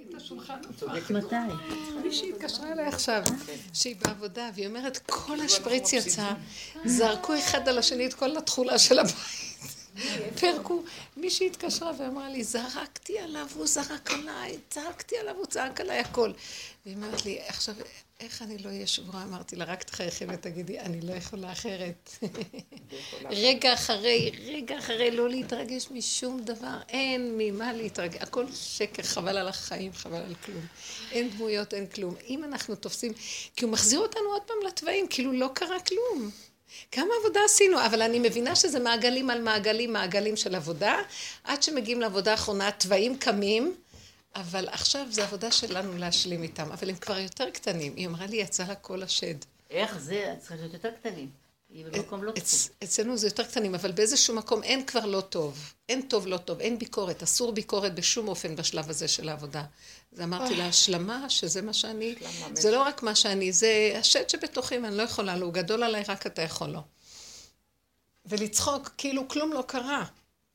את השולחן. מתי? מישהי התקשרה אליי עכשיו, שהיא בעבודה, והיא אומרת, כל השפריץ יצא, זרקו אחד על השני את כל התכולה של הבית. פרקו, מישהי התקשרה ואמרה לי, זרקתי עליו, הוא זרק עליי, צעקתי עליו, הוא צעק עליי, הכל. והיא אמרת לי, עכשיו, איך אני לא אהיה שבורה? אמרתי לה, רק תחייכי ותגידי, אני לא יכולה אחרת. רגע אחרי, לא להתרגש משום דבר, אין ממה להתרגש, הכל שקר, חבל על החיים, חבל על כלום. אין דמויות, אין כלום. אם אנחנו תופסים, כי הוא מחזיר אותנו עוד פעם לטבעים, כאילו לא קרה כלום. כמה עבודה עשינו, אבל אני מבינה שזה מעגלים על מעגלים של עבודה, עד שמגיעים לעבודה האחרונה, טבעים קמים, אבל עכשיו זה עבודה שלנו להשלים איתם, אבל הם כבר יותר קטנים. היא אמרה לי, יצא לה כל השד. איך זה? צריכים להיות יותר קטנים. היא במקום לא טוב. אצלנו זה יותר קטנים, אבל באיזשהו מקום אין כבר לא טוב. אין טוב, לא טוב, אין ביקורת, אסור ביקורת בשום אופן בשלב הזה של העבודה. אז אמרתי לה, השלמה, שזה מה שאני, זה לא רק מה שאני, זה השד שבתוכי, אני לא יכולה לו, הוא גדול עליי, רק אתה יכול לו. ולצחוק, כאילו כלום לא קרה.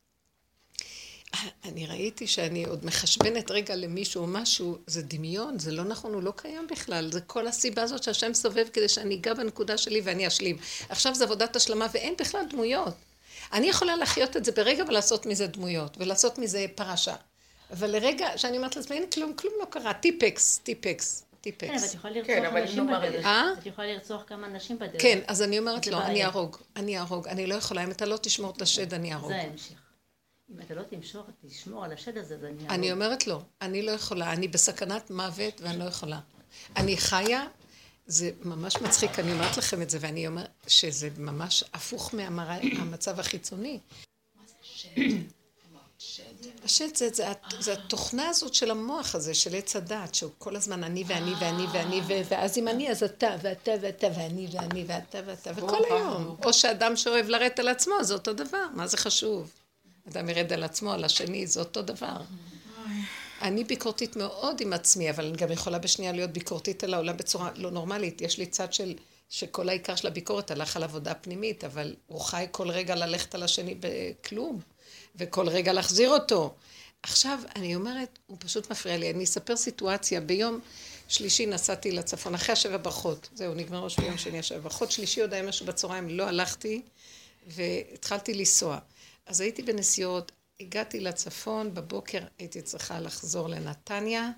אני ראיתי שאני עוד מחשבנת רגע למישהו או משהו, זה דמיון, זה לא נכון, הוא לא קיים בכלל, זה כל הסיבה הזאת שהשם סובב כדי שאני אגע בנקודה שלי ואני אשלים. עכשיו זה עבודת השלמה ואין בכלל דמויות. אני יכולה להחיות את זה ברגע ולעשות מזה דמויות, ולעשות מזה פרשה. אבל לרגע שאני אומרת לעצמי, אין כלום לא קרה, טיפקס. כן, אבל את יכולה לרצוח אנשים בדרך. את יכולה לרצוח כמה אנשים בדרך. כן, אז אני אומרת לו, אני ארוג, אני לא יכולה, אם אתה לא תשמור את השד, אני ארוג. זה ההמשך. אם אתה לא תשמור על השד הזה, אז אני ארוג. אני אומרת לו, אני לא יכולה, אני בסכנת מוות ואני לא יכולה. אני חיה, זה ממש מצחיק, אני אומרת לכם את זה, ואני אומרת שזה ממש הפוך מהמצב החיצוני. מה זה שד? השד זה התוכנה הזאת של המוח הזה, של עץ הדת, שהוא כל הזמן אני ואני ואני ואני, ואז אם אני, אז אתה ואתה ואתה ואני ואני ואתה ואתה, וכל היום. או שאדם שאוהב לרדת על עצמו, זה אותו דבר, מה זה חשוב? אדם ירד על עצמו, על השני, זה אותו דבר. אני ביקורתית מאוד עם עצמי, אבל אני גם יכולה בשנייה להיות ביקורתית על העולם בצורה לא נורמלית. יש לי צד שכל העיקר של הביקורת הלך על עבודה פנימית, אבל הוא חי כל רגע ללכת על השני בכלום, וכל רגע להחזיר אותו. עכשיו, אני אומרת, הוא פשוט מפריע לי. אני אספר סיטואציה. ביום שלישי נסעתי לצפון, אחרי 7 ברכות. זהו, נגמר ראש ביום שני 7 ברכות. שלישי עוד היה משהו בצהריים, לא הלכתי, והתחלתי לנסוע. אז הייתי בנסיעות, הגעתי לצפון, בבוקר הייתי צריכה לחזור לנתניה,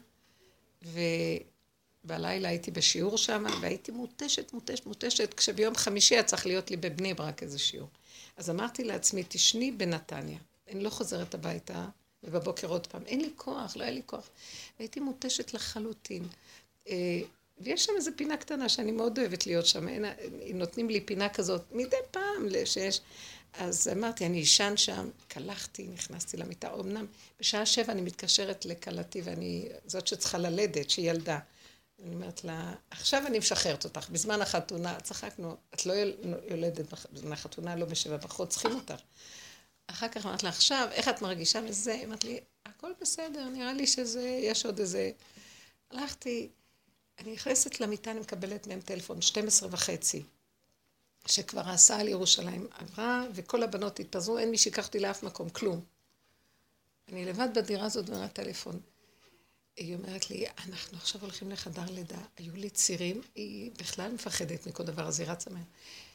ובלילה הייתי בשיעור שם, והייתי מותשת, כשביום חמישי היה צריך להיות לי בבני ברק איזה שיעור. אז אמרתי לעצמי, תשני בנתניה, אני לא חוזרת הביתה, ובבוקר עוד פעם, אין לי כוח, לא היה לי כוח. והייתי מותשת לחלוטין. ויש שם איזו פינה קטנה שאני מאוד אוהבת להיות שם, נותנים לי פינה כזאת, מדי פעם שיש... אז אמרתי, אני ישן שם, קלחתי, נכנסתי למיטה, אמנם בשעה 7 אני מתקשרת לקלתי, ואני זאת שצריכה ללדת, שהיא ילדה. אני אומרת לה, עכשיו אני משחררת אותך, בזמן החתונה, צחקנו, את לא יולדת בזמן החתונה, לא ב7 ברכות, צריכים אותך. אחר כך אמרת לה, עכשיו, איך את מרגישה וזה? אמרת לי, הכל בסדר, נראה לי שזה, יש עוד איזה... הלכתי, אני נכנסת למיטה, אני מקבלת מהם טלפון, 12:30. שכבר ההסעה על ירושלים עברה, וכל הבנות התפזרו, אין מי שיקחתי לאף מקום, כלום. אני לבד בדירה הזאת ואומרת טלפון. היא אומרת לי, אנחנו עכשיו הולכים לחדר לידה, היו לי צירים, היא בכלל מפחדת מכל דבר, אז היא רצה מהם.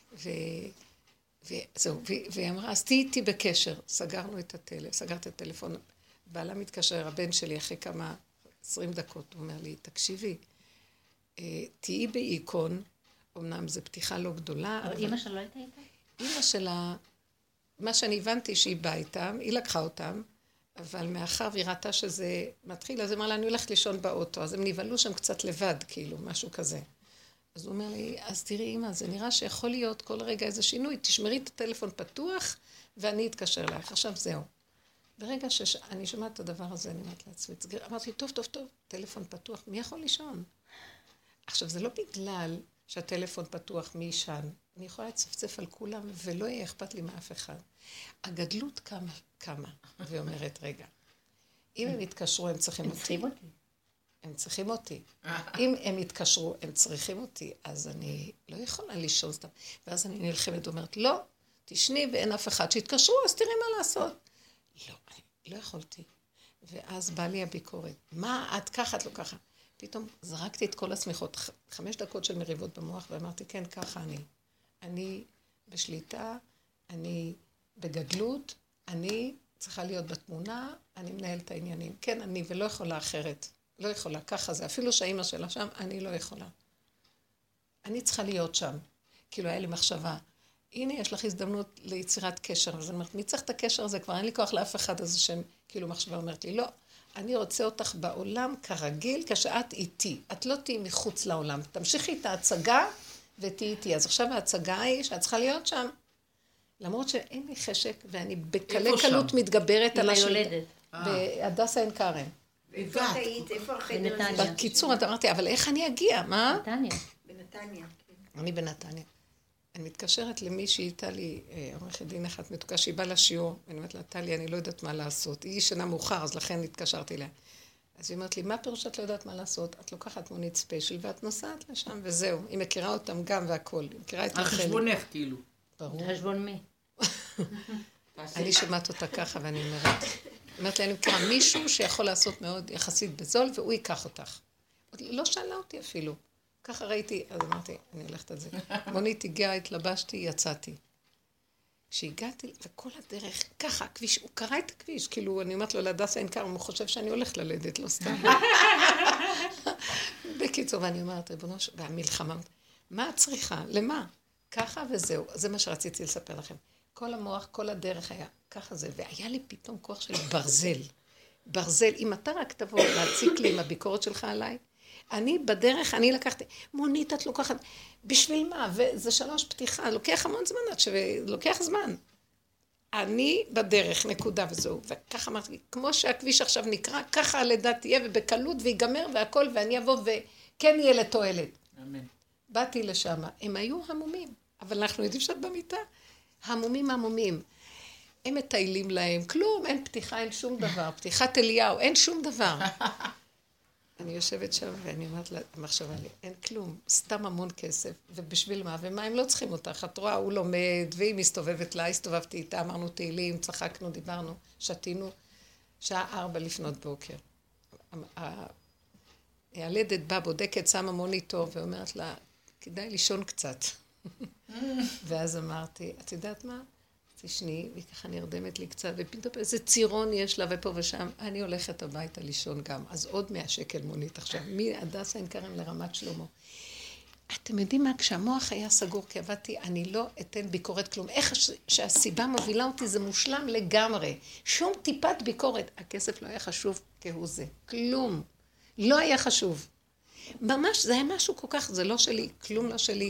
וזהו, והיא אמרה, אז תהיי איתי בקשר, סגרנו את סגרת את הטלפון, בעלה מתקשר, הבן שלי אחרי כמה 20 דקות, הוא אומר לי, תקשיבי, תהיי באיקון, אמנם זו פתיחה לא גדולה. אבל אמא שלה לא הייתה איתה? אמא שלה, מה שאני הבנתי שהיא באה איתם, היא לקחה אותם, אבל מאחר והיא ראתה שזה מתחיל, אז היא אמרה לה, אני הולכת לישון באוטו, אז הם נבהלו שם קצת לבד, כאילו, משהו כזה. אז הוא אומר לי, אז תראי אמא, זה נראה שיכול להיות כל רגע איזה שינוי, תשמרי את הטלפון פתוח, ואני אתקשר לך. עכשיו זהו. ברגע שאני שומעת את הדבר הזה, אני אומרת לעצמי, אמרתי, טוב, טלפון פתוח, מי יכול לישון? עכשיו, זה לא בגלל שהטלפון פתוח מי ישן. אני יכולה לצפצף על כולם, ולא יהיה אכפת לי מאף אחד. הגדלות קמה, ואומרת, רגע, אם הם יתקשרו, הם צריכים אותי. הם צריכים אותי. אם הם יתקשרו, הם צריכים אותי, אז אני לא יכולה לישון סתם. ואז אני נלחמת ואומרת, לא, תשני ואין אף אחד שיתקשרו, אז תראי מה לעשות. לא, אני לא יכולתי. ואז בא לי הביקורת. מה, את ככה, את לא ככה. פתאום זרקתי את כל הסמיכות, 5 דקות של מריבות במוח, ואמרתי, כן, ככה אני. אני בשליטה, אני בגדלות, אני צריכה להיות בתמונה, אני מנהל את העניינים. כן, אני ולא יכולה אחרת. לא יכולה, ככה זה. אפילו שהאמא שלה שם, אני לא יכולה. אני צריכה להיות שם. כאילו, היה לי מחשבה. הנה, יש לך הזדמנות ליצירת קשר. אז אני אומרת, מי צריך את הקשר הזה? כבר אין לי כוח לאף אחד הזה שם, כאילו מחשבה אומרת לי, לא, אני רוצה אותך בעולם כרגיל, כשאת איתי. את לא תהיי מחוץ לעולם. תמשיכי את ההצגה ותהיי איתי. אז עכשיו ההצגה היא שאת צריכה להיות שם. למרות שאין לי חשק, ואני בקלי קלות מתגברת על השליטה. בהדסה עין כרם. איפה את היית? איפה החדר הזה? בקיצור, את אמרתי, אבל איך אני אגיע? מה? בנתניה. בנתניה, כן. אני בנתניה. אני מתקשרת למי שהייתה לי עורכת דין אחת מתוקה, שהיא באה לשיעור, ואני אומרת לה, טלי, אני לא יודעת מה לעשות. היא ישנה מאוחר, אז לכן התקשרתי אליה. אז היא אומרת לי, מה פירוש שאת לא יודעת מה לעשות? את לוקחת מונית ספיישל ואת נוסעת לשם, וזהו. היא מכירה אותם גם והכל. היא מכירה את על חשבונך, כאילו. ברור. חשבון מי? אני שמעת אותה ככה, ואני אומרת לי, אני מכירה מישהו שיכול לעשות מאוד יחסית בזול, והוא ייקח אותך. לא שאלה אותי אפילו. ככה ראיתי, אז אמרתי, אני הולכת על זה. מונית הגיעה, התלבשתי, יצאתי. כשהגעתי, וכל הדרך, ככה, הכביש, הוא קרא את הכביש, כאילו, אני אומרת לו, להדסה עין כרם, הוא חושב שאני הולכת ללדת, לא סתם. בקיצור, ואני אומרת, ריבונו, והמלחמה, מה את צריכה? למה? ככה וזהו, זה מה שרציתי לספר לכם. כל המוח, כל הדרך היה, ככה זה, והיה לי פתאום כוח של ברזל. ברזל, אם אתה רק תבוא להציק לי עם הביקורת שלך עליי, אני בדרך, אני לקחתי, מונית את לוקחת, בשביל מה? וזה 3 פתיחה, לוקח המון זמן, לוקח זמן. אני בדרך, נקודה וזהו. וככה אמרתי, כמו שהכביש עכשיו נקרא, ככה הלידה תהיה ובקלות ויגמר והכל, ואני אבוא וכן יהיה לתועלת. אמן. באתי לשם, הם היו המומים, אבל אנחנו יודעים שאת במיטה. המומים. הם מטיילים להם, כלום, אין פתיחה, אין שום דבר. פתיחת אליהו, אין שום דבר. אני יושבת שם ואני אומרת לה, מחשבה לי, אין כלום, סתם המון כסף, ובשביל מה? ומה הם לא צריכים אותך? את רואה, הוא לומד, והיא מסתובבת לה, הסתובבתי איתה, אמרנו תהילים, צחקנו, דיברנו, שתינו, 4:00 לפנות בוקר. הילדת באה, בודקת, שמה מוניטור, ואומרת לה, כדאי לישון קצת. ואז אמרתי, את יודעת מה? תשני, והיא ככה נרדמת לי קצת, ופתאום איזה צירון יש לה ופה ושם, אני הולכת הביתה לישון גם, אז עוד 100 שקל מונית עכשיו, מהדסה עין כרם לרמת שלמה. אתם יודעים מה? כשהמוח היה סגור, כי עבדתי, אני לא אתן ביקורת כלום. איך שהסיבה מובילה אותי זה מושלם לגמרי. שום טיפת ביקורת. הכסף לא היה חשוב כהוא זה. כלום. לא היה חשוב. ממש, זה היה משהו כל כך, זה לא שלי, כלום לא שלי.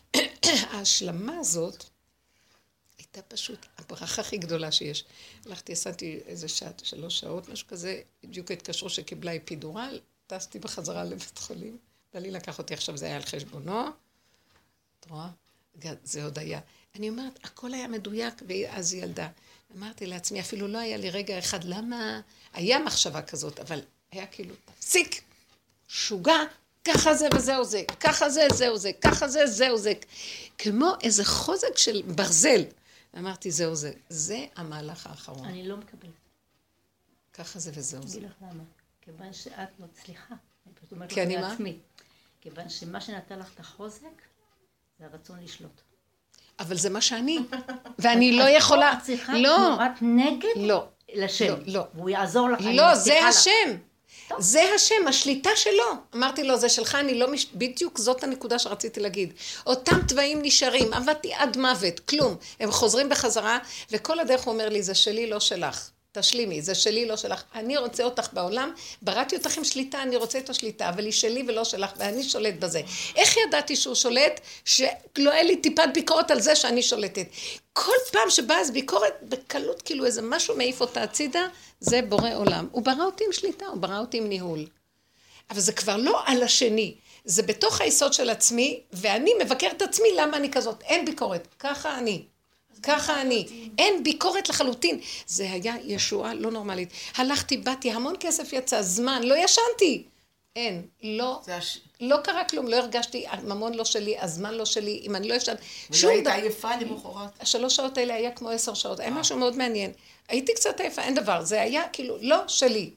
ההשלמה הזאת, הייתה פשוט הברכה הכי גדולה שיש. הלכתי, עשיתי איזה 3 שעות, משהו כזה, בדיוק התקשרו שקיבלה אפידורל, טסתי בחזרה לבית חולים, ואלי לקח אותי עכשיו, זה היה על חשבונו, את רואה? זה עוד היה. אני אומרת, הכל היה מדויק, ואז ילדה. אמרתי לעצמי, אפילו לא היה לי רגע אחד, למה? היה מחשבה כזאת, אבל היה כאילו, תפסיק, שוגע, ככה זה וזהו זה, ככה זה, זהו זה, ככה זה, זהו זה. כמו איזה חוזק של ברזל. אמרתי, זהו זה. זה המהלך האחרון. אני לא מקבלת. ככה זה וזהו זה. אני אגיד לך למה. כיוון שאת לא צליחה. כי אני מה? כיוון שמה שנתן לך את החוזק, זה הרצון לשלוט. אבל זה מה שאני. ואני לא יכולה. את צריכה תנועת נגד לשם. לא. והוא יעזור לך. לא, זה השם. זה השם, השליטה שלו. אמרתי לו, זה שלך, אני לא בדיוק זאת הנקודה שרציתי להגיד. אותם טבעים נשארים, עבדתי עד מוות, כלום. הם חוזרים בחזרה, וכל הדרך הוא אומר לי, זה שלי, לא שלך. תשלימי, זה שלי, לא שלך. אני רוצה אותך בעולם, בראתי אותך עם שליטה, אני רוצה את השליטה, אבל היא שלי ולא שלך, ואני שולט בזה. איך ידעתי שהוא שולט? שלא היה לי טיפת ביקורת על זה שאני שולטת. כל פעם שבאה אז ביקורת, בקלות כאילו איזה משהו מעיף אותה הצידה, זה בורא עולם. הוא ברא אותי עם שליטה, הוא ברא אותי עם ניהול. אבל זה כבר לא על השני, זה בתוך היסוד של עצמי, ואני מבקר את עצמי למה אני כזאת. אין ביקורת, ככה אני. ככה אני. אין ביקורת לחלוטין. זה היה ישועה לא נורמלית. הלכתי, באתי, המון כסף יצא, זמן, לא ישנתי. אין, לא קרה כלום, לא הרגשתי, הממון לא שלי, הזמן לא שלי, אם אני לא ישן. ולא היית עייפה למחרת? 3 שעות האלה היה כמו 10 שעות, היה משהו מאוד מעניין. הייתי קצת עייפה, אין דבר, זה היה כאילו לא שלי.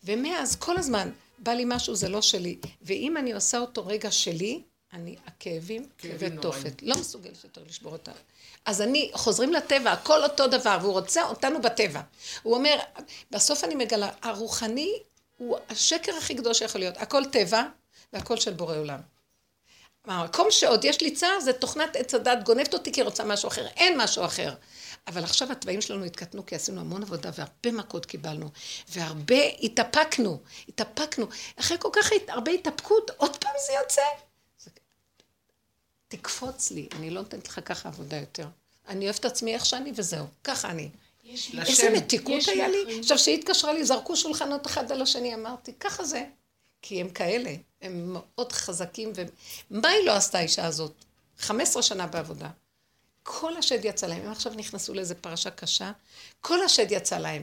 ומאז כל הזמן בא לי משהו, זה לא שלי. ואם אני עושה אותו רגע שלי, הכאבים, כאבי תופת. לא מסוגלת יותר לשבור אותה. אז חוזרים לטבע, הכל אותו דבר, והוא רוצה אותנו בטבע. הוא אומר, בסוף אני מגלה, הרוחני הוא השקר הכי גדול שיכול להיות. הכל טבע, והכל של בורא עולם. המקום שעוד יש לי צער, זה תוכנת עץ הדת, גונבת אותי כי רוצה משהו אחר, אין משהו אחר. אבל עכשיו הטבעים שלנו התקטנו, כי עשינו המון עבודה, והרבה מכות קיבלנו, והרבה התאפקנו. אחרי כל כך הרבה התאפקות, עוד פעם זה יוצא. תקפוץ לי, אני לא נותנת לך ככה עבודה יותר. אני אוהבת עצמי איך שאני וזהו, ככה אני. איזה מתיקות היה לי. עכשיו שהיא התקשרה לי, זרקו שולחנות אחד על השני, אמרתי, ככה זה. כי הם כאלה, הם מאוד חזקים, ומה היא לא עשתה האישה הזאת? 15 שנה בעבודה. כל השד יצא להם, הם עכשיו נכנסו לאיזו פרשה קשה, כל השד יצא להם.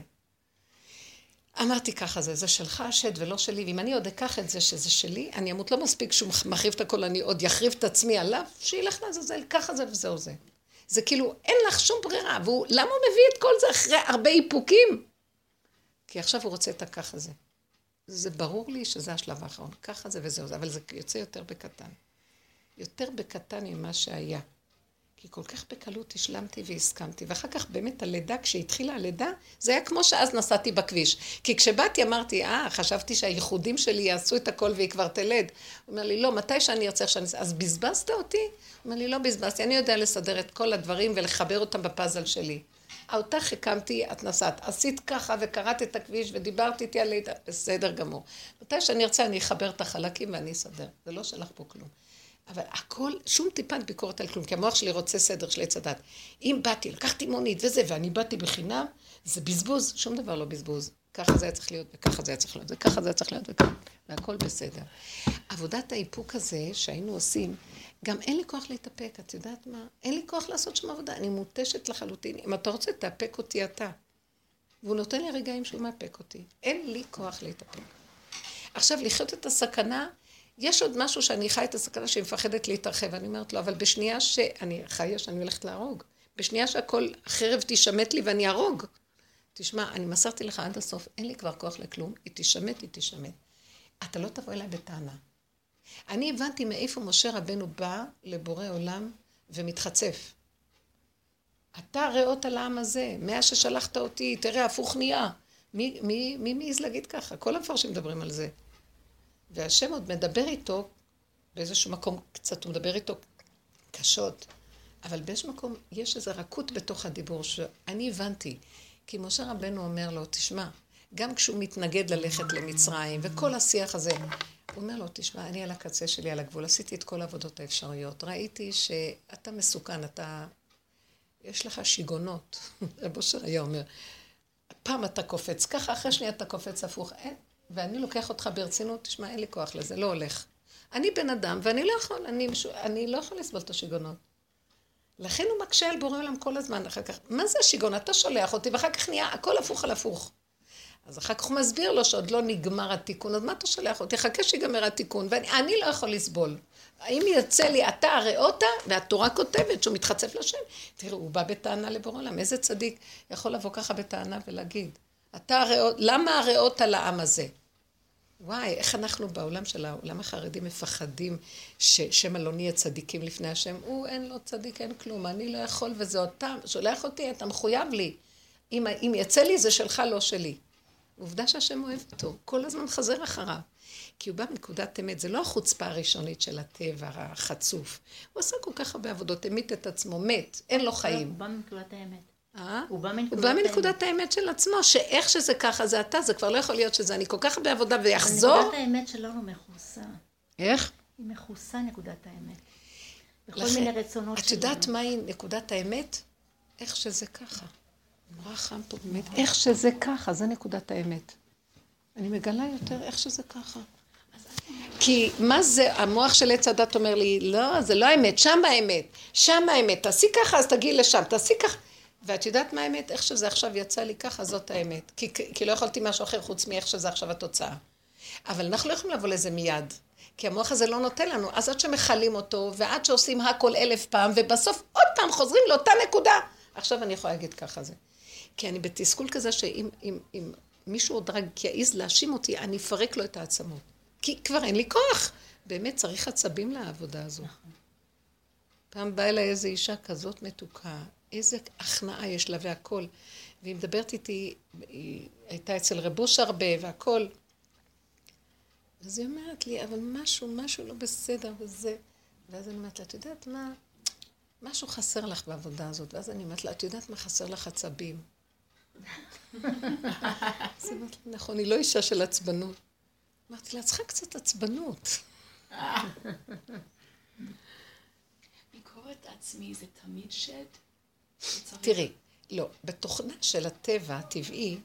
אמרתי ככה זה שלך השד ולא שלי, ואם אני עוד אקח את זה שזה שלי, אני אמות לא מספיק שהוא מחריב את הכל, אני עוד יחריב את עצמי עליו, שילך לעזאזל, ככה זה וזהו זה. זה כאילו, אין לך שום ברירה, למה הוא מביא את כל זה אחרי הרבה איפוקים? כי עכשיו הוא רוצה את הככה זה. זה ברור לי שזה השלב האחרון, ככה זה וזהו זה, אבל זה יוצא יותר בקטן. יותר בקטן ממה שהיה. כי כל כך בקלות השלמתי והסכמתי, ואחר כך באמת הלידה, כשהתחילה הלידה, זה היה כמו שאז נסעתי בכביש. כי כשבאתי אמרתי, חשבתי שהייחודים שלי יעשו את הכל והיא כבר תלד. הוא אומר לי, לא, מתי שאני ארצה שאני... אז בזבזת אותי? הוא אומר לי, לא בזבזתי, אני יודע לסדר את כל הדברים ולחבר אותם בפאזל שלי. אותך הקמתי, את נסעת, עשית ככה וקראת את הכביש ודיברתי איתי על לידה, בסדר גמור. מתי שאני ארצה אני אחבר את החלקים ואני אסדר, זה לא שלך פה כלום. אבל הכל, שום טיפת ביקורת על כלום, כי המוח שלי רוצה סדר של עץ הדת. אם באתי, לקחתי מונית וזה, ואני באתי בחינם, זה בזבוז, שום דבר לא בזבוז. ככה זה היה צריך להיות, וככה זה היה צריך להיות, וככה זה היה צריך להיות, וככה, והכל בסדר. עבודת האיפוק הזה שהיינו עושים, גם אין לי כוח להתאפק, את יודעת מה? אין לי כוח לעשות שום עבודה, אני מוטשת לחלוטין. אם אתה רוצה, תאפק אותי אתה. והוא נותן לי רגעים שהוא מאפק אותי. אין לי כוח להתאפק. עכשיו, לחיות את הסכנה, יש עוד משהו שאני חי את הסכנה שהיא מפחדת להתרחב. אני אומרת לו, אבל בשנייה שאני חיה, שאני הולכת להרוג. בשנייה שהכל חרב תשמט לי ואני ארוג. תשמע, אני מסרתי לך עד הסוף, אין לי כבר כוח לכלום, היא תשמט. אתה לא תבוא אליי בטענה. אני הבנתי מאיפה משה רבנו בא לבורא עולם ומתחצף. אתה ראות על העם הזה, מה ששלחת אותי, תראה, הפוך נהיה. מי מעז להגיד ככה? כל המפרשים מדברים על זה. והשם עוד מדבר איתו, באיזשהו מקום קצת הוא מדבר איתו קשות, אבל באיזשהו מקום יש איזו רכות בתוך הדיבור שאני הבנתי, כי משה רבנו אומר לו, תשמע, גם כשהוא מתנגד ללכת למצרים, וכל השיח הזה, הוא אומר לו, תשמע, אני על הקצה שלי, על הגבול, עשיתי את כל העבודות האפשריות, ראיתי שאתה מסוכן, יש לך שיגונות, רב אושר היה אומר, פעם אתה קופץ, ככה אחרי שנייה אתה קופץ הפוך, אין, ואני לוקח אותך ברצינות, תשמע, אין לי כוח לזה, לא הולך. אני בן אדם, ואני לא יכול לסבול את השיגונות. לכן הוא מקשה על בורא עולם כל הזמן, אחר כך, מה זה השיגון? אתה שולח אותי, ואחר כך נהיה הכל הפוך על הפוך. אז אחר כך הוא מסביר לו שעוד לא נגמר התיקון, אז מה אתה שולח אותי? חכה שיגמר התיקון, ואני לא יכול לסבול. אם יוצא לי, אתה הראותה, והתורה כותבת שהוא מתחצף לשם, תראו, הוא בא בטענה לבורא עולם, איזה צדיק יכול לבוא ככה בטענה ולהגיד, למה הראותה לעם הזה? וואי, איך אנחנו בעולם של העולם החרדי מפחדים ששם לא נהיה צדיקים לפני השם, אין לו צדיק, אין כלום, אני לא יכול, וזה אותם, שולח אותי, אתה מחויב לי. אם יצא לי, זה שלך, לא שלי. עובדה שהשם אוהב אותו, כל הזמן חזר אחריו. כי הוא בא מנקודת אמת, זה לא החוצפה הראשונית של הטבע החצוף. הוא עשה כל כך הרבה עבודות, המית את עצמו, מת, אין לו חיים. הוא בא מנקודת האמת. הוא בא מנקודת האמת של עצמו, שאיך שזה ככה זה אתה, זה כבר לא יכול להיות שזה אני כל כך הרבה עבודה ויחזור. נקודת האמת שלנו מכוסה. איך? היא מכוסה נקודת האמת. בכל מיני רצונות שלנו. את יודעת מהי נקודת האמת? איך שזה ככה. נורא חם פה באמת. איך שזה ככה, זה נקודת האמת. אני מגלה יותר איך שזה ככה. כי מה זה, המוח של עץ הדת אומר לי, לא, זה לא האמת, שם האמת, שם האמת, תעשי ככה, אז תגיעי לשם, תעשי ככה. ואת יודעת מה האמת? איך שזה עכשיו יצא לי ככה, זאת האמת. כי לא יכולתי משהו אחר חוץ מאיך שזה עכשיו התוצאה. אבל אנחנו לא יכולים לבוא לזה מיד. כי המוח הזה לא נותן לנו. אז עד שמחלים אותו, ועד שעושים הכל 1000 פעם, ובסוף עוד פעם חוזרים לאותה נקודה. עכשיו אני יכולה להגיד ככה זה. כי אני בתסכול כזה שאם מישהו עוד רק יעז להאשים אותי, אני אפרק לו את העצמות. כי כבר אין לי כוח. באמת צריך עצבים לעבודה הזו. פעם באה אליי איזו אישה כזאת מתוקה, איזה הכנעה יש לה והכל. והיא מדברת איתי, היא הייתה אצל רבוש הרבה והכל. אז היא אומרת לי, אבל משהו לא בסדר וזה. ואז אני אומרת לה, את יודעת מה? משהו חסר לך בעבודה הזאת. ואז אני אומרת לה, את יודעת מה חסר לך עצבים? אז היא אומרת לי, נכון, היא לא אישה של עצבנות. אמרתי לה, צריכה קצת עצבנות. ביקורת עצמי זה תמיד שד? תראי, לא, בתוכנה של הטבע הטבעי,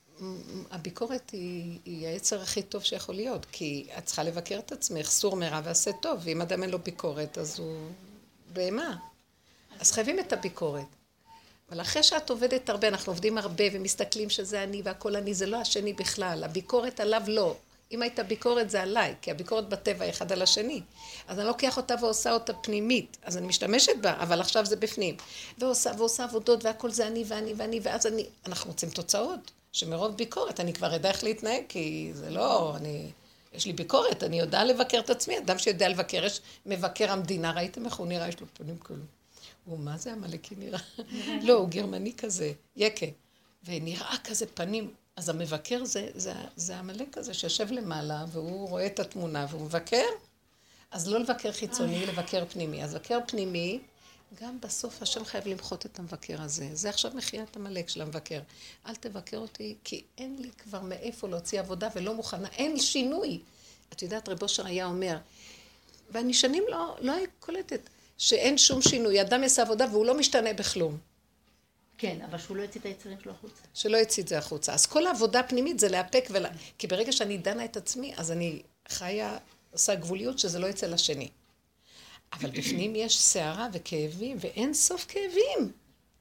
הביקורת היא היצר הכי טוב שיכול להיות, כי את צריכה לבקר את עצמך, סור מרע ועשה טוב, ואם אדם אין לו ביקורת, אז הוא בהמה. אז חייבים את הביקורת. אבל אחרי שאת עובדת הרבה, אנחנו עובדים הרבה ומסתכלים שזה אני והכל אני, זה לא השני בכלל, הביקורת עליו לא. אם הייתה ביקורת זה עליי, כי הביקורת בטבע אחד על השני. אז אני לוקח אותה ועושה אותה פנימית, אז אני משתמשת בה, אבל עכשיו זה בפנים. ועושה עבודות והכל זה אני ואני, ואז אנחנו רוצים תוצאות, שמרוב ביקורת אני כבר יודע איך להתנהג, כי זה לא, יש לי ביקורת, אני יודע לבקר את עצמי, אדם שיודע לבקר, יש מבקר המדינה, ראיתם איך הוא נראה, יש לו פנים כאלו. מה זה המלאקי נראה? לא, הוא גרמני כזה, יקה, ונראה כזה פנים. אז המבקר זה המלאק הזה שיושב למעלה, והוא רואה את התמונה, והוא מבקר. אז לא לבקר חיצוני, לבקר פנימי. אז לבקר פנימי, גם בסוף השם חייב למחות את המבקר הזה. זה עכשיו מחיית המלאק של המבקר. אל תבקר אותי, כי אין לי כבר מאיפה להוציא עבודה ולא מוכנה. אין שינוי. את יודעת, רב אושר היה אומר, ואני שנים לא קולטת, שאין שום שינוי. אדם יעשה עבודה והוא לא משתנה בכלום. כן, אבל שהוא לא יציא את היצרים שלו החוצה. שלא יציא את זה החוצה. אז כל העבודה הפנימית זה להפק כי ברגע שאני דנה את עצמי, אז אני חיה, עושה גבוליות שזה לא יצא לשני. אבל בפנים יש שערה וכאבים, ואין סוף כאבים.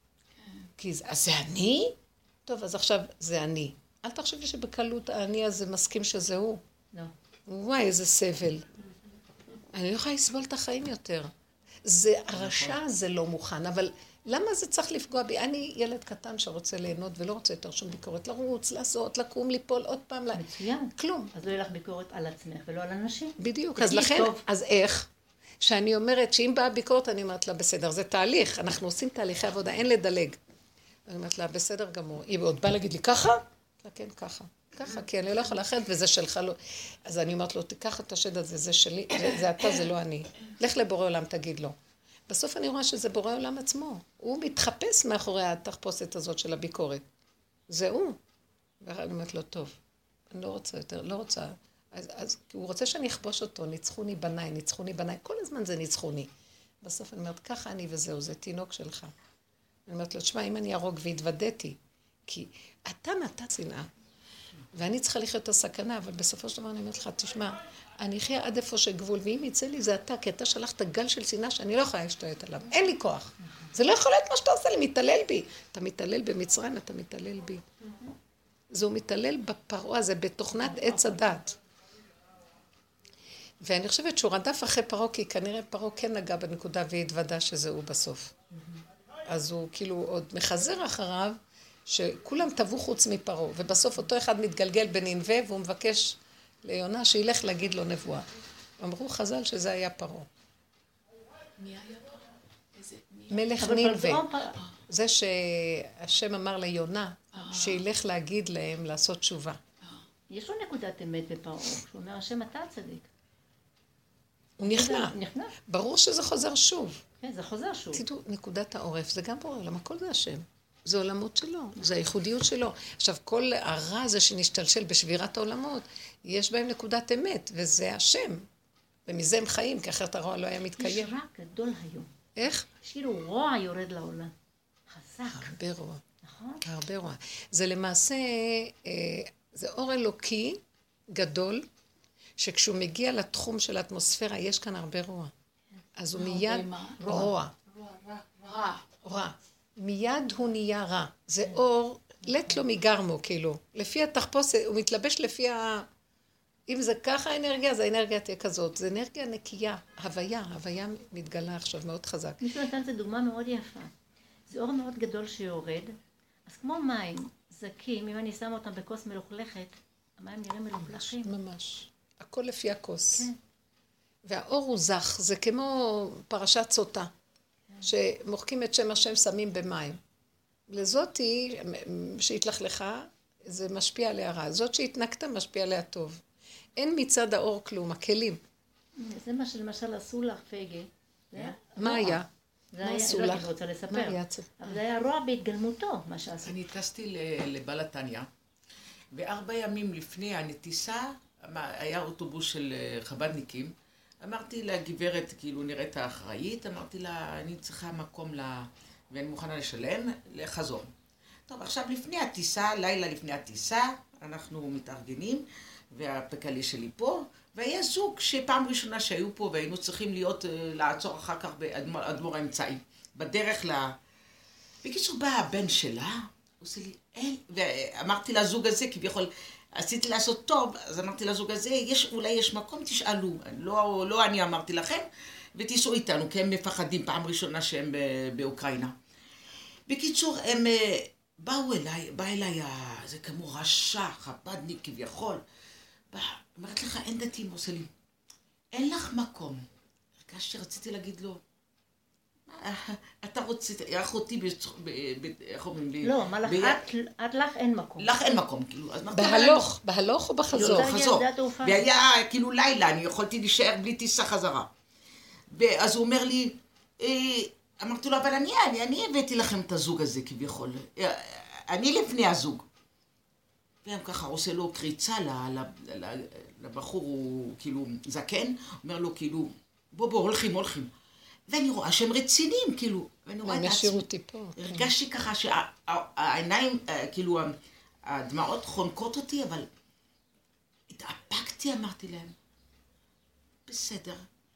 כי אז זה אני? טוב, אז עכשיו זה אני. אל תחשבי שבקלות האני הזה מסכים שזה הוא. לא. וואי, איזה סבל. אני לא יכולה לסבול את החיים יותר. זה הרשע, זה לא מוכן, אבל למה זה צריך לפגוע בי? אני ילד קטן שרוצה ליהנות ולא רוצה יותר שום ביקורת. לרוץ, לעשות, לקום, ליפול, עוד פעם. מצוין. כלום. אז לא יהיה לך ביקורת על עצמך ולא על אנשים. בדיוק. אז לכן, אז איך? שאני אומרת שאם באה ביקורת, אני אומרת לה, בסדר, זה תהליך. אנחנו עושים תהליכי עבודה, אין לדלג. אני אומרת לה, בסדר גמור. היא עוד באה להגיד לי, ככה? לא, כן, ככה. ככה, כי אני לא יכולה אחרת וזה שלך לא. אז אני אומרת לו, תיקח את השד הזה, זה שלי, זה אתה, זה לא אני. לך לבורא עולם, תגיד לו. בסוף אני רואה שזה בורא עולם עצמו. הוא מתחפש מאחורי התחפושת הזאת של הביקורת. זה הוא. ואני אומרת לו, טוב, אני לא רוצה יותר, לא רוצה. אז הוא רוצה שאני אכבוש אותו, ניצחוני בניי. כל הזמן זה ניצחוני. בסוף אני אומרת, ככה אני וזהו, זה תינוק שלך. אני אומרת לו, תשמע, אם אני ארוג והתוודעתי, כי אתה נתת שנאה, ואני צריכה לחיות את הסכנה, אבל בסופו של דבר אני אומרת לך, תשמע, אני אחיה עד איפה שגבול, ואם יצא לי זה אתה, כי אתה שלחת גל של שנאה שאני לא יכולה להשתלט עליו. אין לי כוח. זה לא יכול להיות מה שאתה עושה לי, מתעלל בי. אתה מתעלל במצרים, אתה מתעלל בי. זהו מתעלל בפרעה הזה, בתוכנת עץ הדת. ואני חושבת שהוא רדף אחרי פרעה, כי כנראה פרעה כן נגע בנקודה והתוודע שזה הוא בסוף. אז הוא כאילו עוד מחזר אחריו, שכולם טבעו חוץ מפרעה, ובסוף אותו אחד מתגלגל בנינווה, והוא מבקש ליונה שילך להגיד לו נבואה. אמרו חז"ל שזה היה פרעה. מי היה פרעה? מלך נינווה. זה שהשם אמר ליונה, שילך להגיד להם לעשות תשובה. יש לו נקודת אמת בפרעה, שהוא אומר, השם אתה הצדיק. הוא נכנע. ברור שזה חוזר שוב. כן, זה חוזר שוב. תדעו, נקודת העורף, זה גם בורא עולם, הכל זה השם. זה עולמות שלו, זה הייחודיות שלו. עכשיו, כל הרע הזה שנשתלשל בשבירת העולמות, יש בהם נקודת אמת, וזה השם. ומזה הם חיים, כי אחרת הרוע לא היה מתקיים. יש רע גדול היום. איך? כאילו רוע יורד לעולם. חזק. הרבה רוע. נכון? הרבה רוע. זה למעשה, זה אור אלוקי גדול, שכשהוא מגיע לתחום של האטמוספירה, יש כאן הרבה רוע. אז הוא מיד רוע. רע. מיד הוא נהיה רע. זה אור, לט לו מגרמו, כאילו. לפי התחפושת, הוא מתלבש לפי אם זה ככה האנרגיה, אז האנרגיה תהיה כזאת. זה אנרגיה נקייה, הוויה מתגלה עכשיו מאוד חזק. מישהו נתן את דוגמה מאוד יפה. זה אור מאוד גדול שיורד, אז כמו מים, זקים, אם אני שמה אותם בכוס מלוכלכת, המים נראים מלוכלכים. ממש. הכל לפי הכוס. כן. והאור הוא זך, זה כמו פרשת סוטה, שמוחקים את שם השם שמים במים. לזאתי שהתלכלכה, זה משפיע עליה רע. זאת שהתנקת משפיע עליה טוב. אין מצד האור כלום, הכלים. זה מה שלמשל עשו לך פייגה. מה היה? מה עשו לך? לך? אני רוצה מה לספר. היה? אבל זה היה רוע בהתגלמותו, מה שעשו. אני טסתי לבלתניה, ו4 ימים לפני הנטיסה, היה אוטובוס של חבדניקים, אמרתי לגברת, כאילו נראית האחראית, אמרתי לה, אני צריכה מקום ואני מוכנה לשלם, לחזור. טוב, עכשיו לפני הטיסה, לילה לפני הטיסה, אנחנו מתארגנים, והפקלי שלי פה, והיה זוג שפעם ראשונה שהיו פה, והיינו צריכים לעצור אחר כך באדמו"ר האמצעי, בדרך בקיצור, בא הבן שלה, עושה לי, ואמרתי לזוג הזה, כביכול, עשיתי לעשות טוב, אז אמרתי לזוג הזה, אולי יש מקום, תשאלו, לא אני אמרתי לכם, ותיסעו איתנו, כי הם מפחדים פעם ראשונה שהם באוקראינה. בקיצור, הם באו אליי, בא אליי, זה כמו רשע, חבדניק כביכול, אמרת לך, אין דתיים, עושה לי, אין לך מקום. הרגשתי, רציתי להגיד לו, אתה רוצה, אחותי, איך אומרים לי? לא, מה לך, את לך אין מקום. לך אין מקום, כאילו. בהלוך או בחזור? חזור. והיה כאילו לילה, אני יכולתי להישאר בלי טיסה חזרה. אז הוא אומר לי, אמרתי לו, אבל אני הבאתי לכם את הזוג הזה כביכול. אני לפני הזוג. והם ככה עושה לו קריצה לבחור, הוא כאילו זקן, אומר לו כאילו, בוא, הולכים. ואני רואה שהם רציניים, כאילו, ואני רואה את עצמי. הרגשתי ככה שהעיניים, כאילו, הדמעות חונקות אותי, אבל התאפקתי, אמרתי להם, בסדר,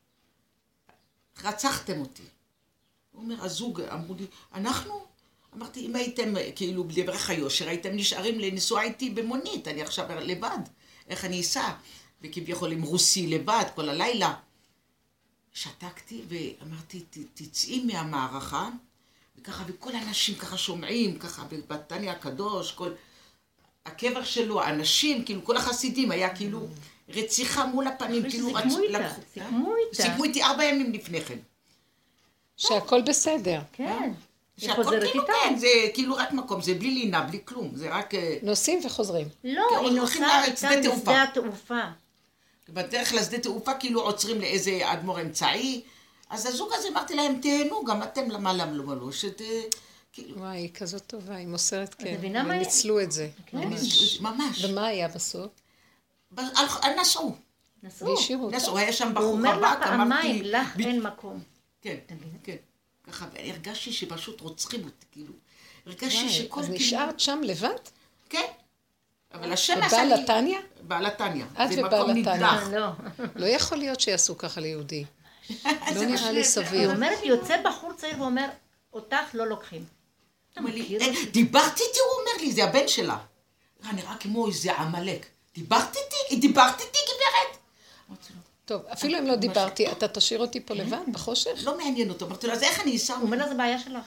רצחתם אותי. הוא אומר, הזוג, אמרו לי, אנחנו? אמרתי, אם הייתם, כאילו, בדברך היושר, הייתם נשארים לנסוע איתי במונית, אני עכשיו לבד, איך אני אסע? וכביכול עם רוסי לבד, כל הלילה. שתקתי ואמרתי, תצאי מהמערכה, וככה, וכל האנשים ככה שומעים, ככה, בבתניה הקדוש, כל הקבר שלו, האנשים, כאילו, כל החסידים, היה כאילו רציחה מול הפנים, כאילו, סיכמו איתי 4 ימים לפני כן. שהכל בסדר. כן. שהכל כאילו כן, זה כאילו רק מקום, זה בלי לינה, בלי כלום, זה רק... נוסעים וחוזרים. לא, היא נוסעה איתם לשדה התעופה. בדרך לשדה תעופה כאילו עוצרים לאיזה אדמו"ר אמצעי, אז הזוג הזה אמרתי להם, תהנו, גם אתם למה לא, וואי, היא כזאת טובה, היא מוסרת, כן. הם ניצלו את זה. ממש. ומה היה בסוף? נסעו. נסעו, היה שם בחור הוא אומר לה אמרתי... פעמיים, לך אין מקום. כן. ככה, והרגשתי שפשוט רוצחים אותי, כאילו. הרגשתי שכל... אז נשארת שם לבד? כן. אבל השם עשה לי... בבלתניה? בבלתניה. את ובבלתניה. לא. לא יכול להיות שיעשו ככה ליהודי. לא נראה לי סביר. היא אומרת, יוצא בחור צעיר ואומר, אותך לא לוקחים. דיברתי איתי, הוא אומר לי, זה הבן שלה. נראה כמו איזה עמלק. דיברתי איתי, גברת. טוב, אפילו אם לא דיברתי, אתה תשאיר אותי פה לבד, בחושך? לא מעניין אותו. אמרתי לו, אז איך אני אסע? הוא אומר לה, זה בעיה שלך.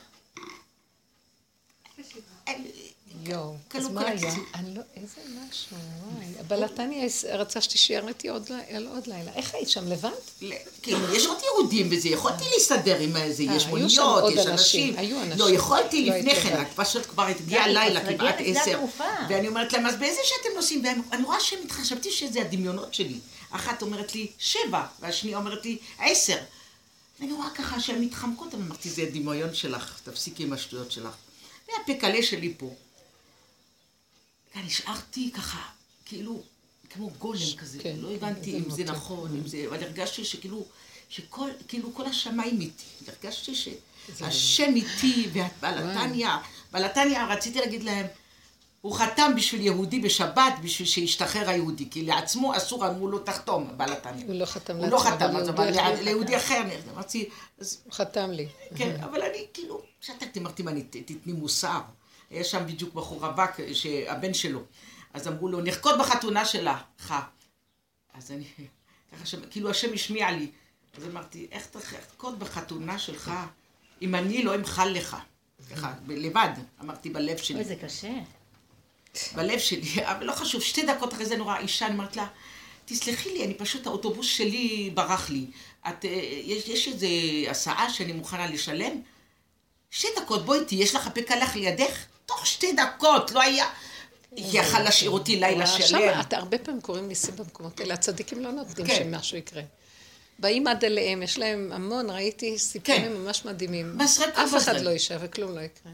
יואו, אז מה היה? איזה משהו, וואי. הבלתניה רצה שתישאר איתי עוד לילה. איך היית שם לבד? כן, יש עוד יהודים וזה, יכולתי להסתדר עם זה, יש מוניות, יש אנשים. לא, יכולתי לפני כן, רק פשוט כבר התגיע לילה, כמעט 10. ואני אומרת להם, אז באיזה שאתם נוסעים? ואני רואה חשבתי שזה הדמיונות שלי. אחת אומרת לי 7, והשנייה אומרת לי 10. ואני רואה ככה שהן מתחמקות, אמרתי, זה הדמיון שלך, תפסיקי עם השטויות שלך. והפקלה שלי פה. נשארתי ככה, כאילו, כמו גולם כזה, לא הבנתי אם זה נכון, אבל הרגשתי שכאילו, כל השמיים איתי, הרגשתי שהשם איתי, בלתניה, רציתי להגיד להם, הוא חתם בשביל יהודי בשבת, בשביל שישתחרר היהודי, כי לעצמו אסור, אמרו לו תחתום, בלתניה. הוא לא חתם לעצמו. הוא לא חתם, אבל ליהודי אחר, אמרתי, הוא חתם לי. כן, אבל אני כאילו, שתקתי, אמרתי, תתני מוסר. היה שם בדיוק בחור רווק, שהבן שלו. אז אמרו לו, נחכות בחתונה שלך. אז אני, ככה, כאילו השם השמיע לי. אז אמרתי, איך תחכות בחתונה שלך, אם אני לא אמחל לך? ככה, לבד, אמרתי בלב שלי. זה קשה. בלב שלי, אבל לא חשוב, 2 דקות אחרי זה נורא אישה, אני אומרת לה, תסלחי לי, אני פשוט, האוטובוס שלי ברח לי. יש איזו הסעה שאני מוכנה לשלם? 2 דקות, בואי איתי, יש לך פקלח לידך? תוך 2 דקות, לא היה... היא יכל להשאיר אותי לילה שלם. אתה הרבה פעמים קוראים ניסים במקומות האלה, הצדיקים לא נותנים שמשהו יקרה. באים עד אליהם, יש להם המון, ראיתי סיפורים ממש מדהימים. אף אחד לא יישאר וכלום לא יקרה.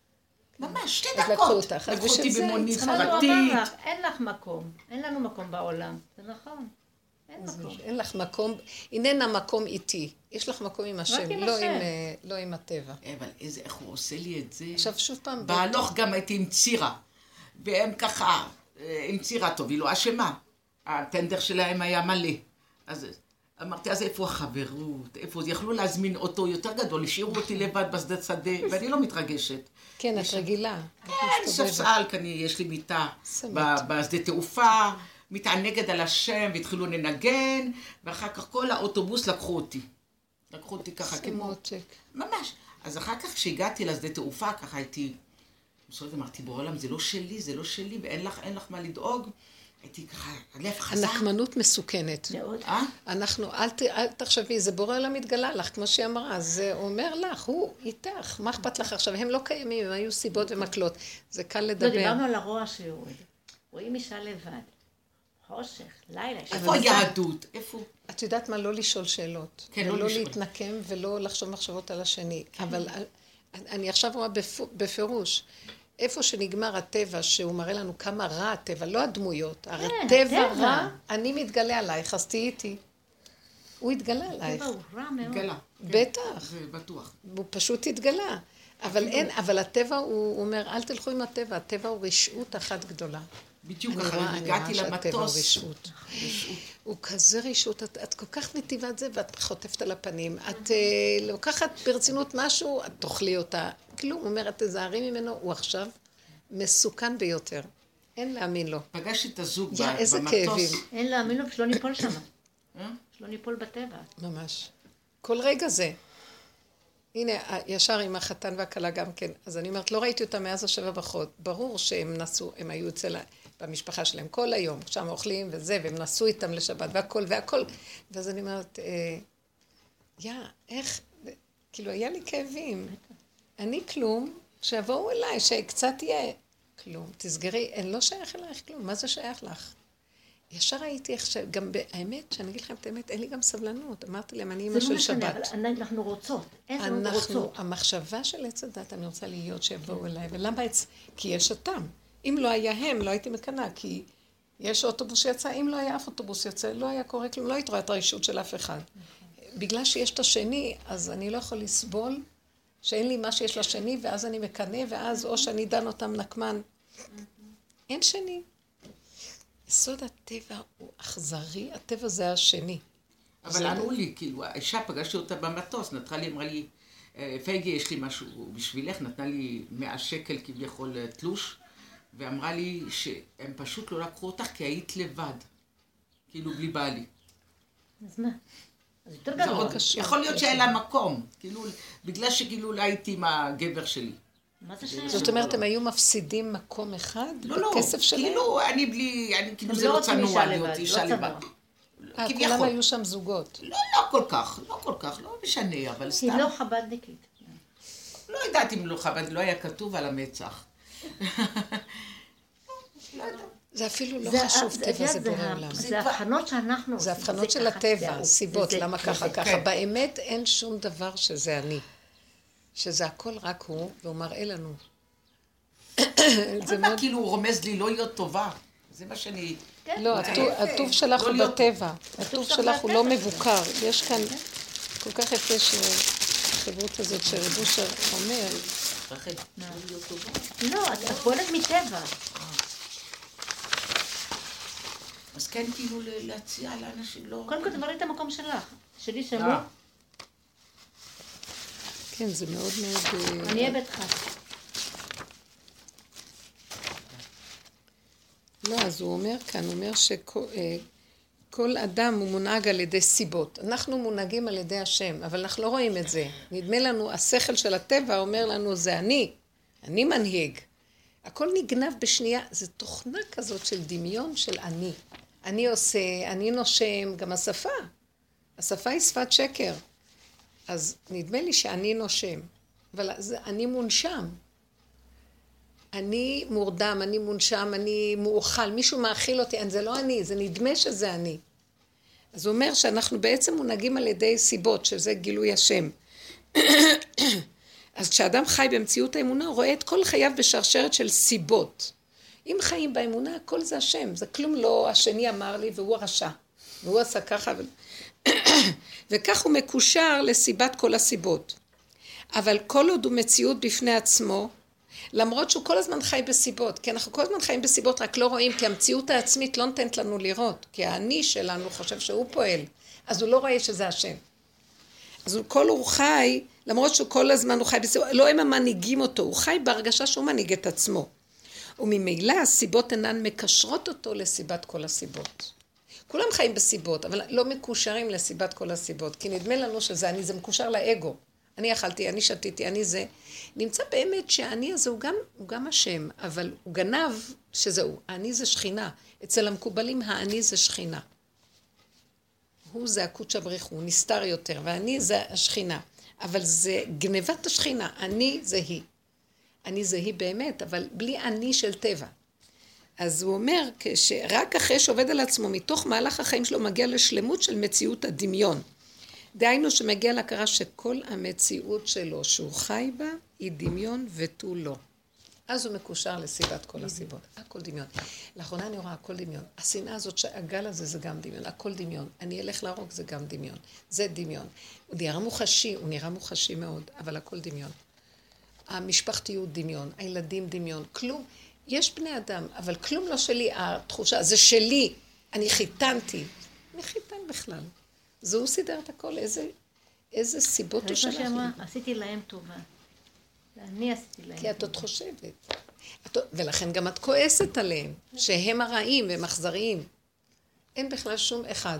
ממש, 2 דקות. לקחו אותי במונית פרטית. אין לך מקום, אין לנו מקום בעולם, זה נכון. אין מקום. אין לך מקום, איננה מקום איתי. יש לך מקום עם השם, לא עם הטבע. אבל איך הוא עושה לי את זה? עכשיו שוב פעם... בהלוך גם הייתי עם צירה. והם ככה, עם צירה טוב, היא לא אשמה. הטנדר שלהם היה מלא. אז אמרתי, אז איפה החברות? איפה? יכלו להזמין אותו יותר גדול, השאירו אותי לבד בשדה שדה, ואני לא מתרגשת. כן, את רגילה. כן, ספסל, יש לי מיטה בשדה תעופה, מתענגת על השם, והתחילו לנגן, ואחר כך כל האוטובוס לקחו אותי. לקחו אותי ככה כמו... ממש. אז אחר כך כשהגעתי לשדה תעופה, ככה הייתי... בסוף אמרתי, בורא, זה לא שלי, זה לא שלי, ואין לך מה לדאוג. הייתי ככה, הלב חזק. הנקמנות מסוכנת. אנחנו, אל תחשבי, זה בורא עולם מתגלה לך, כמו שהיא אמרה, זה אומר לך, הוא איתך, מה אכפת לך עכשיו? הם לא קיימים, הם היו סיבות ומקלות. זה קל לדבר. לא, דיברנו על הרוע שיורד. רואים אישה לבד. חושך, לילה. איפה היהדות? איפה? את יודעת מה? לא לשאול שאלות. ולא להתנקם ולא לחשוב מחשבות על השני. אבל אני עכשיו רואה בפירוש. איפה שנגמר הטבע, שהוא מראה לנו כמה רע הטבע, לא הדמויות, הטבע רע, אני מתגלה עלייך, אז תהיי איתי. הוא התגלה עלייך. הטבע הוא רע מאוד. התגלה. בטח. זה בטוח. הוא פשוט התגלה. אבל הטבע, הוא אומר, אל תלכו עם הטבע, הטבע הוא רשעות אחת גדולה. בדיוק אחרי, הגעתי למטוס. הוא כזה רשעות, את כל כך נטיבת זה, ואת חוטפת על הפנים. את לוקחת ברצינות משהו, את תאכלי אותה. כלום, אומרת, תזהרי ממנו, הוא עכשיו מסוכן ביותר. אין להאמין לו. פגשתי את הזוג במטוס. איזה כאבים. אין להאמין לו, שלא ניפול שם. שלא ניפול בטבע. ממש. כל רגע זה. הנה, ישר עם החתן והכלה גם כן. אז אני אומרת, לא ראיתי אותם מאז 7 בחוד. ברור שהם נסו, הם היו אצל במשפחה שלהם כל היום, שם אוכלים וזה, והם נסו איתם לשבת והכל. ואז אני אומרת, איך, כאילו, היה לי כאבים. אני כלום, שיבואו אליי, שקצת יהיה כלום. תסגרי, אין לא שייך אלייך כלום, מה זה שייך לך? ישר הייתי עכשיו, גם באמת, שאני אגיד לכם את האמת, אין לי גם סבלנות. אמרתי להם, אני אמא של שבת. זה לא משנה, אבל אנחנו רוצות. אנחנו רוצות. המחשבה של עץ הדת, אני רוצה להיות שיבואו אליי. ולמה כי יש אותם. אם לא היה הם, לא הייתי מקנה, כי יש אוטובוס שיצא, אם לא היה אף אוטובוס יוצא, לא היה קורה כלום, לא התראה את הרשות של אף אחד. בגלל שיש את השני, אז אני לא יכול לסבול שאין לי מה שיש לשני, ואז אני מקנה, ואז או שאני דן אותם נקמן. אין שני. יסוד הטבע הוא אכזרי, הטבע זה השני. אבל ענו לי, כאילו, האישה פגשתי אותה במטוס, נתנה לי, אמרה לי, פייגי, יש לי משהו בשבילך, נתנה לי 100 שקל כביכול תלוש, ואמרה לי שהם פשוט לא לקחו אותך כי היית לבד, כאילו בלי בעלי. אז מה? אז יותר גרוע. יכול להיות שאין לה מקום, כאילו, בגלל שכאילו לא הייתי עם הגבר שלי. זאת אומרת, הם היו מפסידים מקום אחד בכסף שלהם? לא, כאילו, אני בלי, כאילו זה לא צנוע להיות אישה לבד. כולם היו שם זוגות. לא כל כך, לא משנה, אבל סתם. היא לא חבדניקית. לא יודעת אם לא חבד, לא היה כתוב על המצח. זה אפילו לא חשוב, טבע זה בורא עולם. זה הבחנות שאנחנו עושים. זה הבחנות של הטבע, סיבות, למה ככה. באמת אין שום דבר שזה אני. שזה הכל רק הוא, והוא מראה לנו. זה מה כאילו הוא רומז לי לא להיות טובה. זה מה שאני... לא, הטוב שלך הוא בטבע. הטוב שלך הוא לא מבוקר. יש כאן כל כך יפה שהחברות הזאת שרב אושר אומר. לא, את פועלת מטבע. אז כן כאילו להציע לאנשים לא... קודם כל תברי את המקום שלך. שלי שלו. כן, זה מאוד מאוד... אני אהיה ביתך. לא, אז הוא אומר כאן, הוא אומר שכל אדם הוא מונהג על ידי סיבות. אנחנו מונהגים על ידי השם, אבל אנחנו לא רואים את זה. נדמה לנו, השכל של הטבע אומר לנו, זה אני מנהיג. הכל נגנב בשנייה, זו תוכנה כזאת של דמיון של אני. אני עושה, אני נושם, גם השפה היא שפת שקר. אז נדמה לי שאני נושם, אבל אני מונשם. אני מורדם, אני מונשם, אני מאוכל, מישהו מאכיל אותי, זה לא אני, זה נדמה שזה אני. אז הוא אומר שאנחנו בעצם מונהגים על ידי סיבות, שזה גילוי השם. אז כשאדם חי במציאות האמונה, הוא רואה את כל חייו בשרשרת של סיבות. אם חיים באמונה, הכל זה השם, זה כלום לא השני אמר לי והוא הרשע, והוא עשה ככה, וכך הוא מקושר לסיבת כל הסיבות. אבל כל עוד הוא מציאות בפני עצמו, למרות שהוא כל הזמן חי בסיבות, כי אנחנו כל הזמן חיים בסיבות, רק לא רואים, כי המציאות העצמית לא נותנת לנו לראות, כי האני שלנו חושב שהוא פועל, אז הוא לא רואה שזה השם. אז הוא חי, למרות שהוא כל הזמן הוא חי בסיבות, לא הם המנהיגים אותו, הוא חי בהרגשה שהוא מנהיג את עצמו. וממילא הסיבות אינן מקשרות אותו לסיבת כל הסיבות. כולם חיים בסיבות, אבל לא מקושרים לסיבת כל הסיבות, כי נדמה לנו שזה אני, זה מקושר לאגו. אני אכלתי, אני שתיתי, אני זה. נמצא באמת שהאני הזה הוא גם השם, אבל הוא גנב שזהו. האני זה שכינה. אצל המקובלים האני זה שכינה. הוא זה הקודש הבריך, הוא נסתר יותר, והאני זה השכינה. אבל זה גנבת השכינה, אני זה היא. אני זה היא באמת, אבל בלי אני של טבע. אז הוא אומר, שרק אחרי שעובד על עצמו, מתוך מהלך החיים שלו מגיע לשלמות של מציאות הדמיון. דהיינו שמגיע להכרה שכל המציאות שלו שהוא חי בה היא דמיון ותו לא. אז הוא מקושר לסיבת כל הסיבות. הכל דמיון. לאחרונה אני רואה הכל דמיון. השנאה הזאת, הגל הזה זה גם דמיון. הכל דמיון. אני אלך להרוג זה גם דמיון. זה דמיון. הוא נראה מוחשי מאוד, אבל הכל דמיון. המשפחתיות דמיון, הילדים דמיון, כלום. יש בני אדם, אבל כלום לא שלי. התחושה, זה שלי. אני חיתנתי. מי חיתן בכלל? זה הוא סידר את הכל, איזה סיבות הוא שלח לי. עשיתי להם טובה. אני עשיתי להם. כי את עוד חושבת. ולכן גם את כועסת עליהם, שהם הרעים והם אכזריים. אין בכלל שום אחד.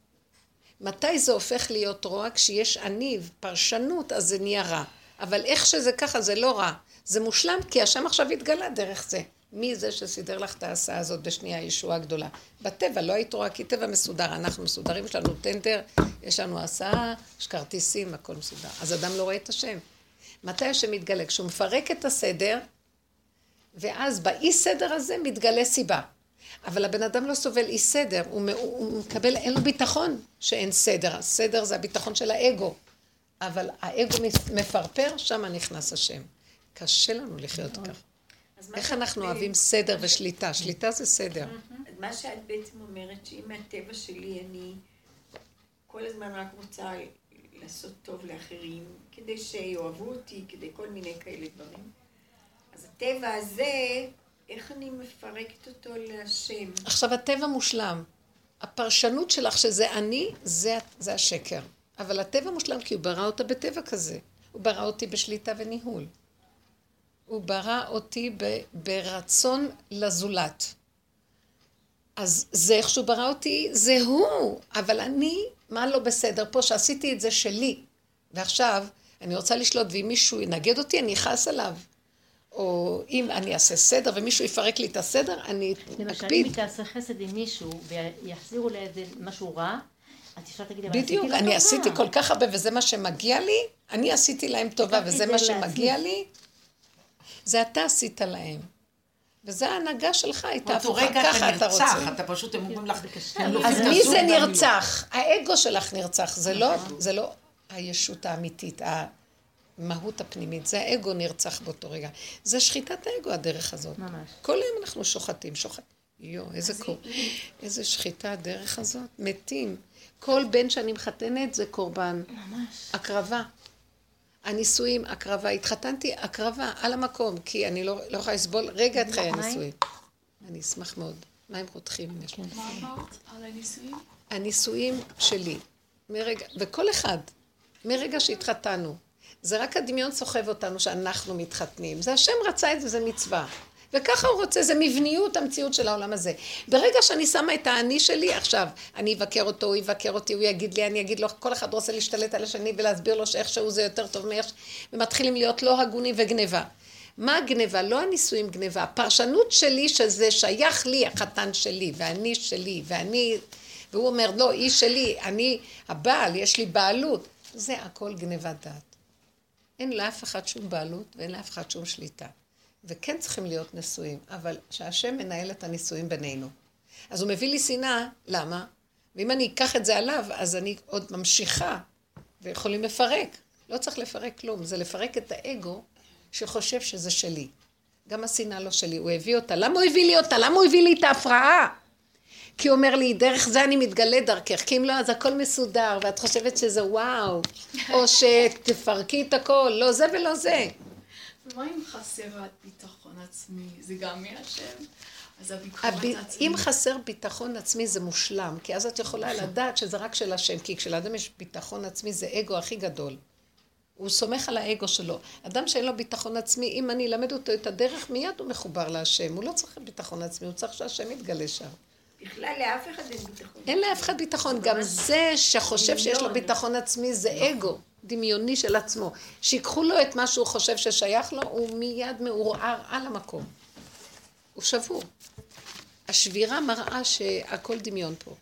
מתי זה הופך להיות רוע? כשיש אני ופרשנות, אז זה נהיה רע. אבל איך שזה ככה, זה לא רע. זה מושלם, כי השם עכשיו התגלה דרך זה. מי זה שסידר לך את העשה הזאת בשנייה הישועה הגדולה? בטבע, לא היית רואה, כי טבע מסודר, אנחנו מסודרים, יש לנו טנדר, יש לנו הסעה, יש כרטיסים, הכל מסודר. אז אדם לא רואה את השם. מתי השם מתגלה? כשהוא מפרק את הסדר, ואז באי סדר הזה מתגלה סיבה. אבל הבן אדם לא סובל אי סדר, הוא מקבל, אין לו ביטחון שאין סדר. הסדר זה הביטחון של האגו. אבל האגו מפרפר, שם נכנס השם. קשה לנו לחיות כך. איך אנחנו אוהבים סדר ושליטה? שליטה זה סדר. אז מה שאת בעצם אומרת, שאם מהטבע שלי אני כל הזמן רק רוצה לעשות טוב לאחרים, כדי שיאהבו אותי, כדי כל מיני כאלה דברים, אז הטבע הזה, איך אני מפרקת אותו להשם? עכשיו הטבע מושלם. הפרשנות שלך שזה אני, זה השקר. אבל הטבע מושלם כי הוא ברא אותה בטבע כזה. הוא ברא אותי בשליטה וניהול. הוא ברא אותי ברצון לזולת. אז זה איך שהוא ברא אותי, זה הוא. אבל אני, מה לא בסדר פה? שעשיתי את זה שלי. ועכשיו אני רוצה לשלוט, ואם מישהו ינגד אותי, אני אכעס עליו. או אם אני אעשה סדר ומישהו יפרק לי את הסדר, אני אקפיד. למשל, אם היא תעשה חסד עם מישהו ויחזירו לאיזה משהו רע, את אפשר תגידי, אבל בדיוק, אני עשיתי כל כך הרבה וזה מה שמגיע לי, אני עשיתי להם טובה וזה מה שמגיע לי, זה אתה עשית להם. וזה ההנהגה שלך, הייתה הפוכה, ככה אתה רוצה. אתה פשוט, הם אומרים לך, אז מי זה נרצח? האגו שלך נרצח, זה לא הישות האמיתית, המהות הפנימית, זה האגו נרצח באותו רגע. זה שחיטת האגו, הדרך הזאת. ממש. כל היום אנחנו שוחטים. איזה שחיטה הדרך הזאת, מתים. כל בן שאני מחתנת זה קורבן. ממש. הקרבה. הנישואים, הקרבה. התחתנתי, הקרבה, על המקום, כי אני לא יכולה לסבול רגע את חיי הנישואים. אני אשמח מאוד. מה הם רותחים? מה אמרת על הנישואים? הנישואים שלי. וכל אחד, מרגע שהתחתנו, זה רק הדמיון סוחב אותנו שאנחנו מתחתנים. זה השם רצה את זה, זה מצווה. וככה הוא רוצה, זה מבניות המציאות של העולם הזה. ברגע שאני שמה את האני שלי, עכשיו, אני אבקר אותו, הוא יבקר אותי, הוא יגיד לי, אני אגיד לו, כל אחד רוצה להשתלט על השני ולהסביר לו שאיכשהו זה יותר טוב מאיך, ומתחילים להיות לא הגונים וגניבה. מה הגניבה? לא הנישואים גניבה. הפרשנות שלי שזה שייך לי, החתן שלי, ואני שלי, ואני... והוא אומר, לא, היא שלי, אני הבעל, יש לי בעלות. זה הכל גניבת דעת. אין לאף אחד שום בעלות, ואין לאף אחד שום שליטה. וכן צריכים להיות נישואים, אבל שהשם מנהל את הנישואים בינינו. אז הוא מביא לי שנאה, למה? ואם אני אקח את זה עליו, אז אני עוד ממשיכה, ויכולים לפרק. לא צריך לפרק כלום, זה לפרק את האגו שחושב שזה שלי. גם השנאה לא שלי, הוא הביא אותה. למה הוא הביא לי אותה? למה הוא הביא לי את ההפרעה? כי הוא אומר לי, דרך זה אני מתגלה דרכך, כי אם לא, אז הכל מסודר, ואת חושבת שזה וואו, או שתפרקי את הכל, לא זה ולא זה. ומה אם חסרת ביטחון עצמי? זה גם מהשם? אז הביקורת עצמי. אם חסר ביטחון עצמי זה מושלם, כי אז את יכולה לדעת שזה רק של השם, כי כשלאדם יש ביטחון עצמי זה אגו הכי גדול. הוא סומך על האגו שלו. אדם שאין לו ביטחון עצמי, אם אני אלמד אותו את הדרך, מיד הוא מחובר להשם. הוא לא צריך ביטחון עצמי, הוא צריך שהשם יתגלה שם. בכלל לאף אחד אין ביטחון. אין לאף אחד ביטחון. גם זה שחושב שיש לו ביטחון עצמי זה אגו, דמיוני של עצמו. שיקחו לו את מה שהוא חושב ששייך לו, הוא מיד מעורער על המקום. הוא שבור. השבירה מראה שהכל דמיון פה.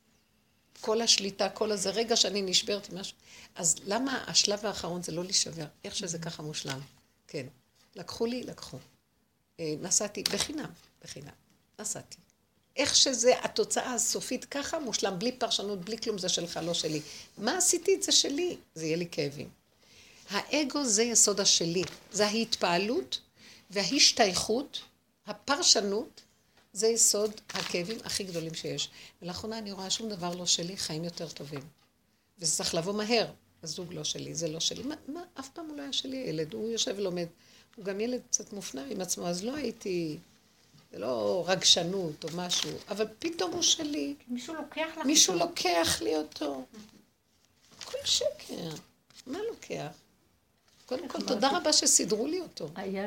כל השליטה, כל הזה, רגע שאני נשברת משהו. אז למה השלב האחרון זה לא להישבר? איך שזה ככה מושלם? כן. לקחו לי, לקחו. נסעתי, בחינם. נסעתי. איך שזה, התוצאה הסופית ככה מושלם, בלי פרשנות, בלי כלום, זה שלך, לא שלי. מה עשיתי? זה שלי. זה יהיה לי כאבים. האגו זה יסוד השלי. זה ההתפעלות וההשתייכות, הפרשנות, זה יסוד הכאבים הכי גדולים שיש. ולאחרונה אני רואה שום דבר לא שלי, חיים יותר טובים. וזה צריך לבוא מהר. הזוג לא שלי, זה לא שלי. מה? אף פעם הוא לא היה שלי הילד. הוא יושב ולומד. הוא גם ילד קצת מופנם עם עצמו, אז לא הייתי... זה לא רגשנות או משהו, אבל פתאום הוא שלי. מישהו לוקח לך. מישהו לוקח לי אותו. כל שקר. מה לוקח? קודם כל, תודה רבה שסידרו לי אותו.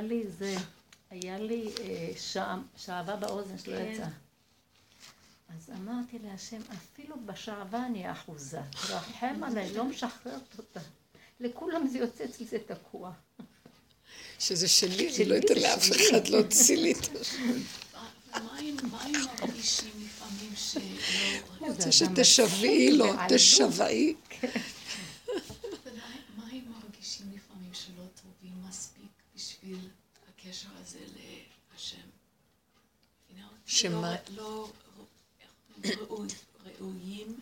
היה לי שעבה באוזן שלא יצא. אז אמרתי להשם, אפילו בשעבה אני אחוזה. רחם עליי, לא משחררת אותה. לכולם זה יוצא אצלי, זה תקוע. שזה שלי, אני לא אתן לאף אחד להוציא לי את זה. מה אם מרגישים לפעמים שלא... רוצה שתשוויעי לו, תשוויעי. מה אם מרגישים לפעמים שלא טובים מספיק בשביל הקשר הזה להשם? שמה? לא ראויים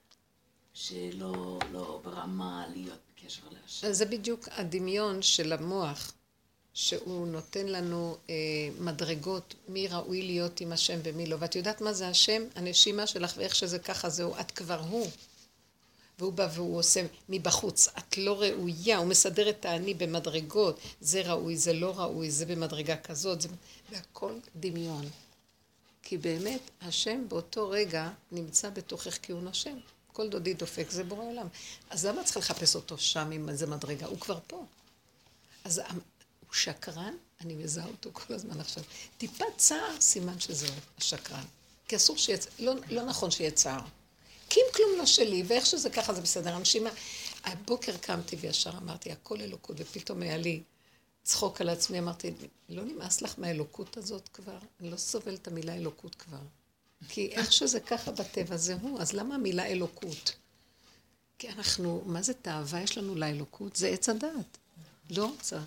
שלא ברמה להיות בקשר להשם. זה בדיוק הדמיון של המוח, שהוא נותן לנו מדרגות, מי ראוי להיות עם השם ומי לא. ואת יודעת מה זה השם? הנשימה שלך ואיך שזה ככה זהו, את כבר הוא. והוא בא והוא עושה מבחוץ, את לא ראויה, הוא מסדר את העני במדרגות, זה ראוי, זה לא ראוי, זה במדרגה כזאת, זה... והכל דמיון. כי באמת השם באותו רגע נמצא בתוכך כי הוא נושם. כל דודי דופק, זה בורא עולם. אז למה צריך לחפש אותו שם עם איזה מדרגה? הוא כבר פה. אז הוא שקרן, אני מזהה אותו כל הזמן עכשיו. טיפה צער, סימן שזהו, השקרן. כי אסור שיהיה, לא נכון שיהיה צער. כי אם כלום לא שלי, ואיך שזה ככה זה בסדר. הנשימה, הבוקר קמתי וישר אמרתי, הכל אלוקות, ופתאום היה לי צחוק על עצמי, אמרתי, לא נמאס לך מהאלוקות הזאת כבר? אני לא סובלת את המילה אלוקות כבר. כי איך שזה ככה בטבע זה הוא, אז למה המילה אלוקות? כי אנחנו, מה זה תאווה יש לנו לאלוקות? זה עץ הדעת. לא רוצה.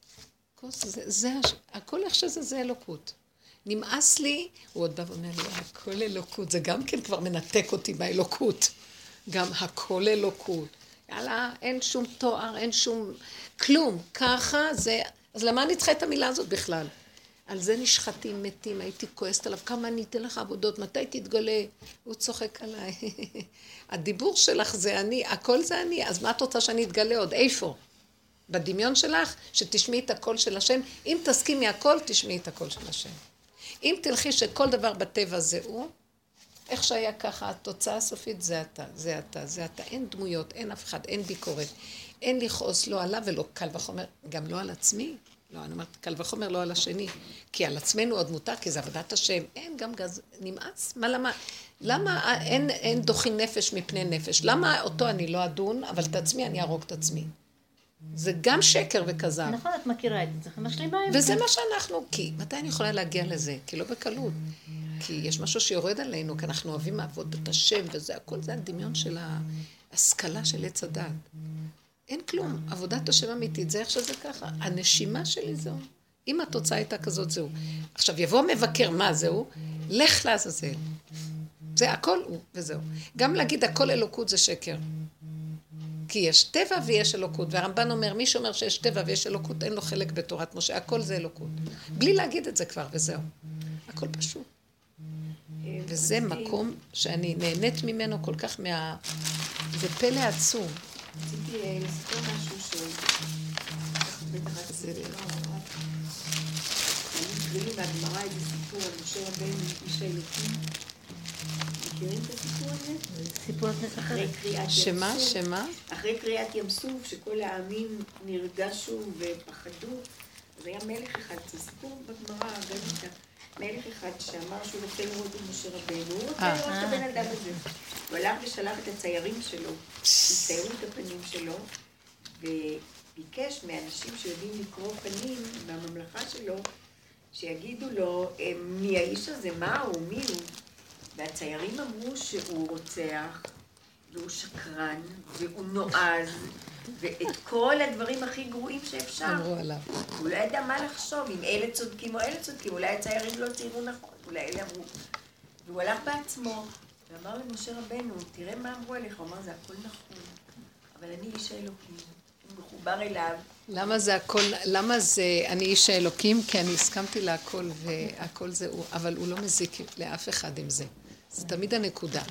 הכל איך שזה זה אלוקות. נמאס לי, הוא עוד בא ואומר לי, הכל אלוקות, זה גם כן כבר מנתק אותי מהאלוקות. גם הכל אלוקות. יאללה, אין שום תואר, אין שום כלום. ככה זה, אז למה אני צריכה את המילה הזאת בכלל? על זה נשחטים, מתים, הייתי כועסת עליו, כמה אני אתן לך עבודות, מתי תתגלה? הוא צוחק עליי. הדיבור שלך זה אני, הכל זה אני, אז מה את רוצה שאני אתגלה עוד? איפה? בדמיון שלך, שתשמעי את הקול של השם, אם תסכימי הכל, תשמעי את הקול של השם. אם תלכי שכל דבר בטבע זה הוא, איך שהיה ככה, התוצאה הסופית זה אתה, זה אתה, זה אתה, אין דמויות, אין אף אחד, אין ביקורת, אין לכעוס לא עליו ולא קל וחומר, גם לא על עצמי, לא, אני אומרת, קל וחומר לא על השני, כי על עצמנו עוד מותר, כי זה עבודת השם, אין גם גז, נמאס, למה אין דוחין נפש מפני נפש, למה אותו אני לא אדון, אבל את עצמי אני ארוג את עצמי. זה גם שקר וכזב. נכון, את מכירה את זה, צריך משלימה עם וזה מה שאנחנו, כי מתי אני יכולה להגיע לזה? כי לא בקלות. כי יש משהו שיורד עלינו, כי אנחנו אוהבים לעבוד את השם, וזה הכל זה הדמיון של ההשכלה של עץ הדת. אין כלום. עבודת השם אמיתית, זה איך שזה ככה. הנשימה שלי זהו. אם התוצאה הייתה כזאת, זהו. עכשיו, יבוא מבקר, מה זהו? לך לעזאזל. זה הכל הוא, וזהו. גם להגיד הכל אלוקות זה שקר. כי יש טבע ויש אלוקות, והרמב"ן אומר, מי שאומר שיש טבע ויש אלוקות, אין לו חלק בתורת משה, הכל זה אלוקות. בלי להגיד את זה כבר, וזהו. הכל פשוט. וזה מקום שאני נהנית ממנו כל כך זה פלא עצום. רציתי לספר משהו אני קראי מהגמרא איזה סיפור על משה רבנו, איש האלוקים. מכירים את הסיפור הזה? סיפור את מסחרת. שמה? אחרי קריאת ים סוף, שכל העמים נרגשו ופחדו, אז היה מלך אחד, זה סיפור בגמרא, מלך אחד שאמר שהוא רוצה לראות את משה רבנו, הוא רוצה לראות את הבן אדם הזה. הוא הלך ושלח את הציירים שלו, הציירו את הפנים שלו, וביקש מאנשים שיודעים לקרוא פנים בממלכה שלו, שיגידו לו, מי האיש הזה, מה הוא, מי הוא? והציירים אמרו שהוא רוצח, והוא שקרן, והוא נועז, ואת כל הדברים הכי גרועים שאפשר. אמרו עליו. הוא לא ידע מה לחשוב, אם אלה צודקים או אלה צודקים, אולי הציירים לא ציירו נכון, אולי אלה אמרו. והוא הלך בעצמו, ואמר למשה רבנו, תראה מה אמרו עליך, הוא אמר, זה הכל נכון, אבל אני איש האלוקים, הוא מחובר אליו. למה זה אני איש האלוקים? כי אני הסכמתי להכל, והכל זה הוא, אבל הוא לא מזיק לאף אחד עם זה. זה תמיד הנקודה.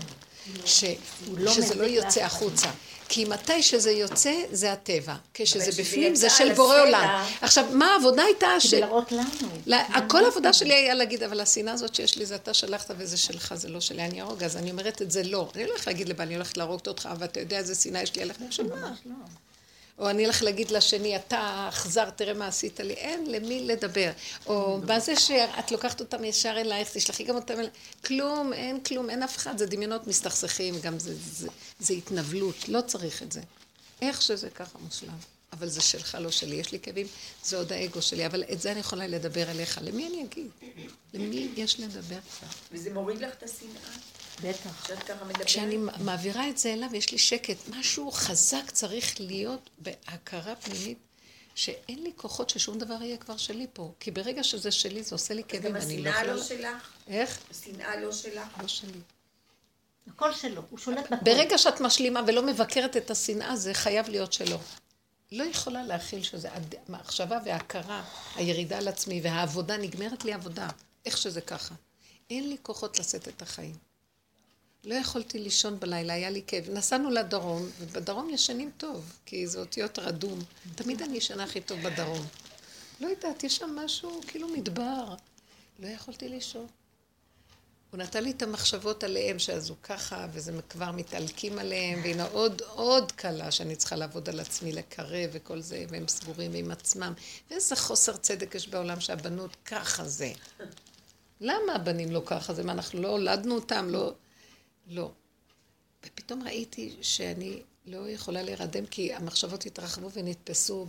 שזה לא יוצא החוצה. כי מתי שזה יוצא, זה הטבע. כשזה בפנים, זה של בורא עולם. עכשיו, מה העבודה הייתה? כדי להראות לנו. כל העבודה שלי היה להגיד, אבל השנאה הזאת שיש לי, זה אתה שלחת וזה שלך, זה לא שלי, אני ארוג. אז אני אומרת את זה לא. אני לא הולכת להגיד לבא, אני הולכת להרוג אותך, ואתה יודע איזה שנאה יש לי עליך. ממש לא. או אני הולך להגיד לשני, אתה אכזר, תראה מה עשית לי, אין למי לדבר. או מה זה שאת לוקחת אותם ישר אלייך, תשלחי גם אותם אלייך. כלום, אין אף אחד, זה דמיונות מסתכסכים, גם זה התנבלות, לא צריך את זה. איך שזה ככה מושלם. אבל זה שלך, לא שלי, יש לי כאבים, זה עוד האגו שלי, אבל את זה אני יכולה לדבר עליך. למי אני אגיד? למי יש לדבר כבר? וזה מוריד לך את השנאה. בטח. שאת ככה מדברת. כשאני מעבירה את זה אליו, יש לי שקט. משהו חזק צריך להיות בהכרה פנימית, שאין לי כוחות ששום דבר יהיה כבר שלי פה. כי ברגע שזה שלי, זה עושה לי כאבים. אז גם השנאה לא שלך? איך? השנאה לא שלך? לא שלי. הכל שלו, הוא שולט בכל. ברגע שאת משלימה ולא מבקרת את השנאה, זה חייב להיות שלו. לא יכולה להכיל שזה, המחשבה וההכרה, הירידה על עצמי והעבודה, נגמרת לי עבודה. איך שזה ככה. אין לי כוחות לשאת את החיים. לא יכולתי לישון בלילה, היה לי כאב. נסענו לדרום, ובדרום ישנים טוב, כי זה אותיות רדום. תמיד אני ישנה הכי טוב בדרום. לא יודעת, יש שם משהו כאילו מדבר. לא יכולתי לישון. הוא נתן לי את המחשבות עליהם שעזו ככה, וזה כבר מתעלקים עליהם, והנה עוד קלה שאני צריכה לעבוד על עצמי, לקרב וכל זה, והם סגורים עם עצמם. ואיזה חוסר צדק יש בעולם שהבנות ככה זה. למה הבנים לא ככה זה? מה, אנחנו לא הולדנו אותם? לא. ופתאום ראיתי שאני לא יכולה להירדם, כי המחשבות התרחבו ונתפסו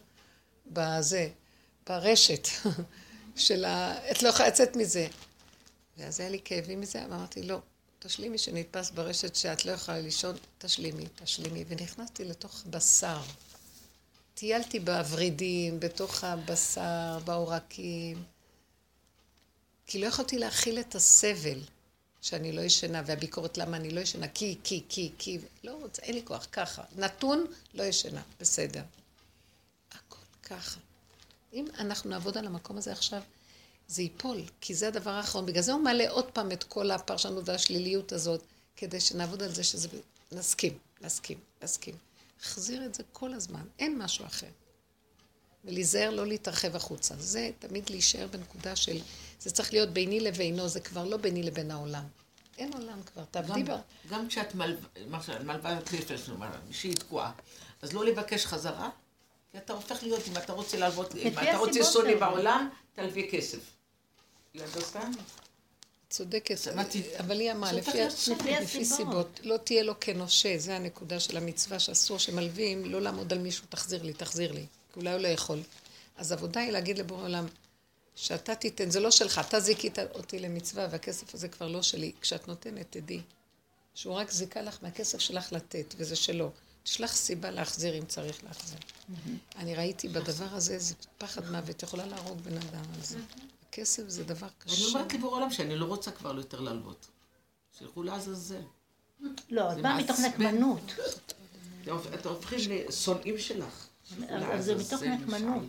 ברשת של את לא יכולה לצאת מזה. ואז היה לי כאבים מזה, ואמרתי, לא, תשלימי שנתפס ברשת שאת לא יכולה לישון, תשלימי. ונכנסתי לתוך בשר. טיילתי בוורידים, בתוך הבשר, בעורקים. כי לא יכולתי להכיל את הסבל שאני לא ישנה, והביקורת למה אני לא ישנה, כי, לא רוצה, אין לי כוח, ככה. נתון, לא ישנה, בסדר. הכל ככה. אם אנחנו נעבוד על המקום הזה עכשיו, זה ייפול, כי זה הדבר האחרון. בגלל זה הוא מעלה עוד פעם את כל הפרשנות והשליליות הזאת, כדי שנעבוד על זה שזה... נסכים. חזיר את זה כל הזמן, אין משהו אחר. ולהיזהר לא להתרחב החוצה. זה תמיד להישאר בנקודה של... זה צריך להיות ביני לבינו, זה כבר לא ביני לבין העולם. אין עולם כבר, תעבדי בה. גם כשאת מלווה כסף, שהיא תקועה, אז לא לבקש חזרה, כי אתה הופך להיות, אם אתה רוצה לעבוד, אם אתה רוצה סוני בעולם, תלווה כסף. You understand? צודקת, שמעתי. אבל היא אמרה, לפי סיבות, לא תהיה לו כנושה, זה הנקודה של המצווה שאסור שמלווים, לא לעמוד על מישהו, תחזיר לי, כי אולי הוא לא יכול. אז עבודה היא להגיד לבורא עולם, שאתה תיתן, זה לא שלך, אתה זיקית אותי למצווה, והכסף הזה כבר לא שלי. כשאת נותנת, תדעי, שהוא רק זיקה לך מהכסף שלך לתת, וזה שלו. תשלח סיבה להחזיר אם צריך להחזיר. אני ראיתי בדבר הזה, זה פחד מוות, יכולה להרוג בן אדם על זה. הכסף זה דבר קשה. אני אומרת לבורא עולם שאני לא רוצה כבר יותר להלוות. שילכו לעזאזל. לא, את באה מתוך נקמנות. אתם הופכים לשונאים שלך. אבל זה מתוך נקמנות.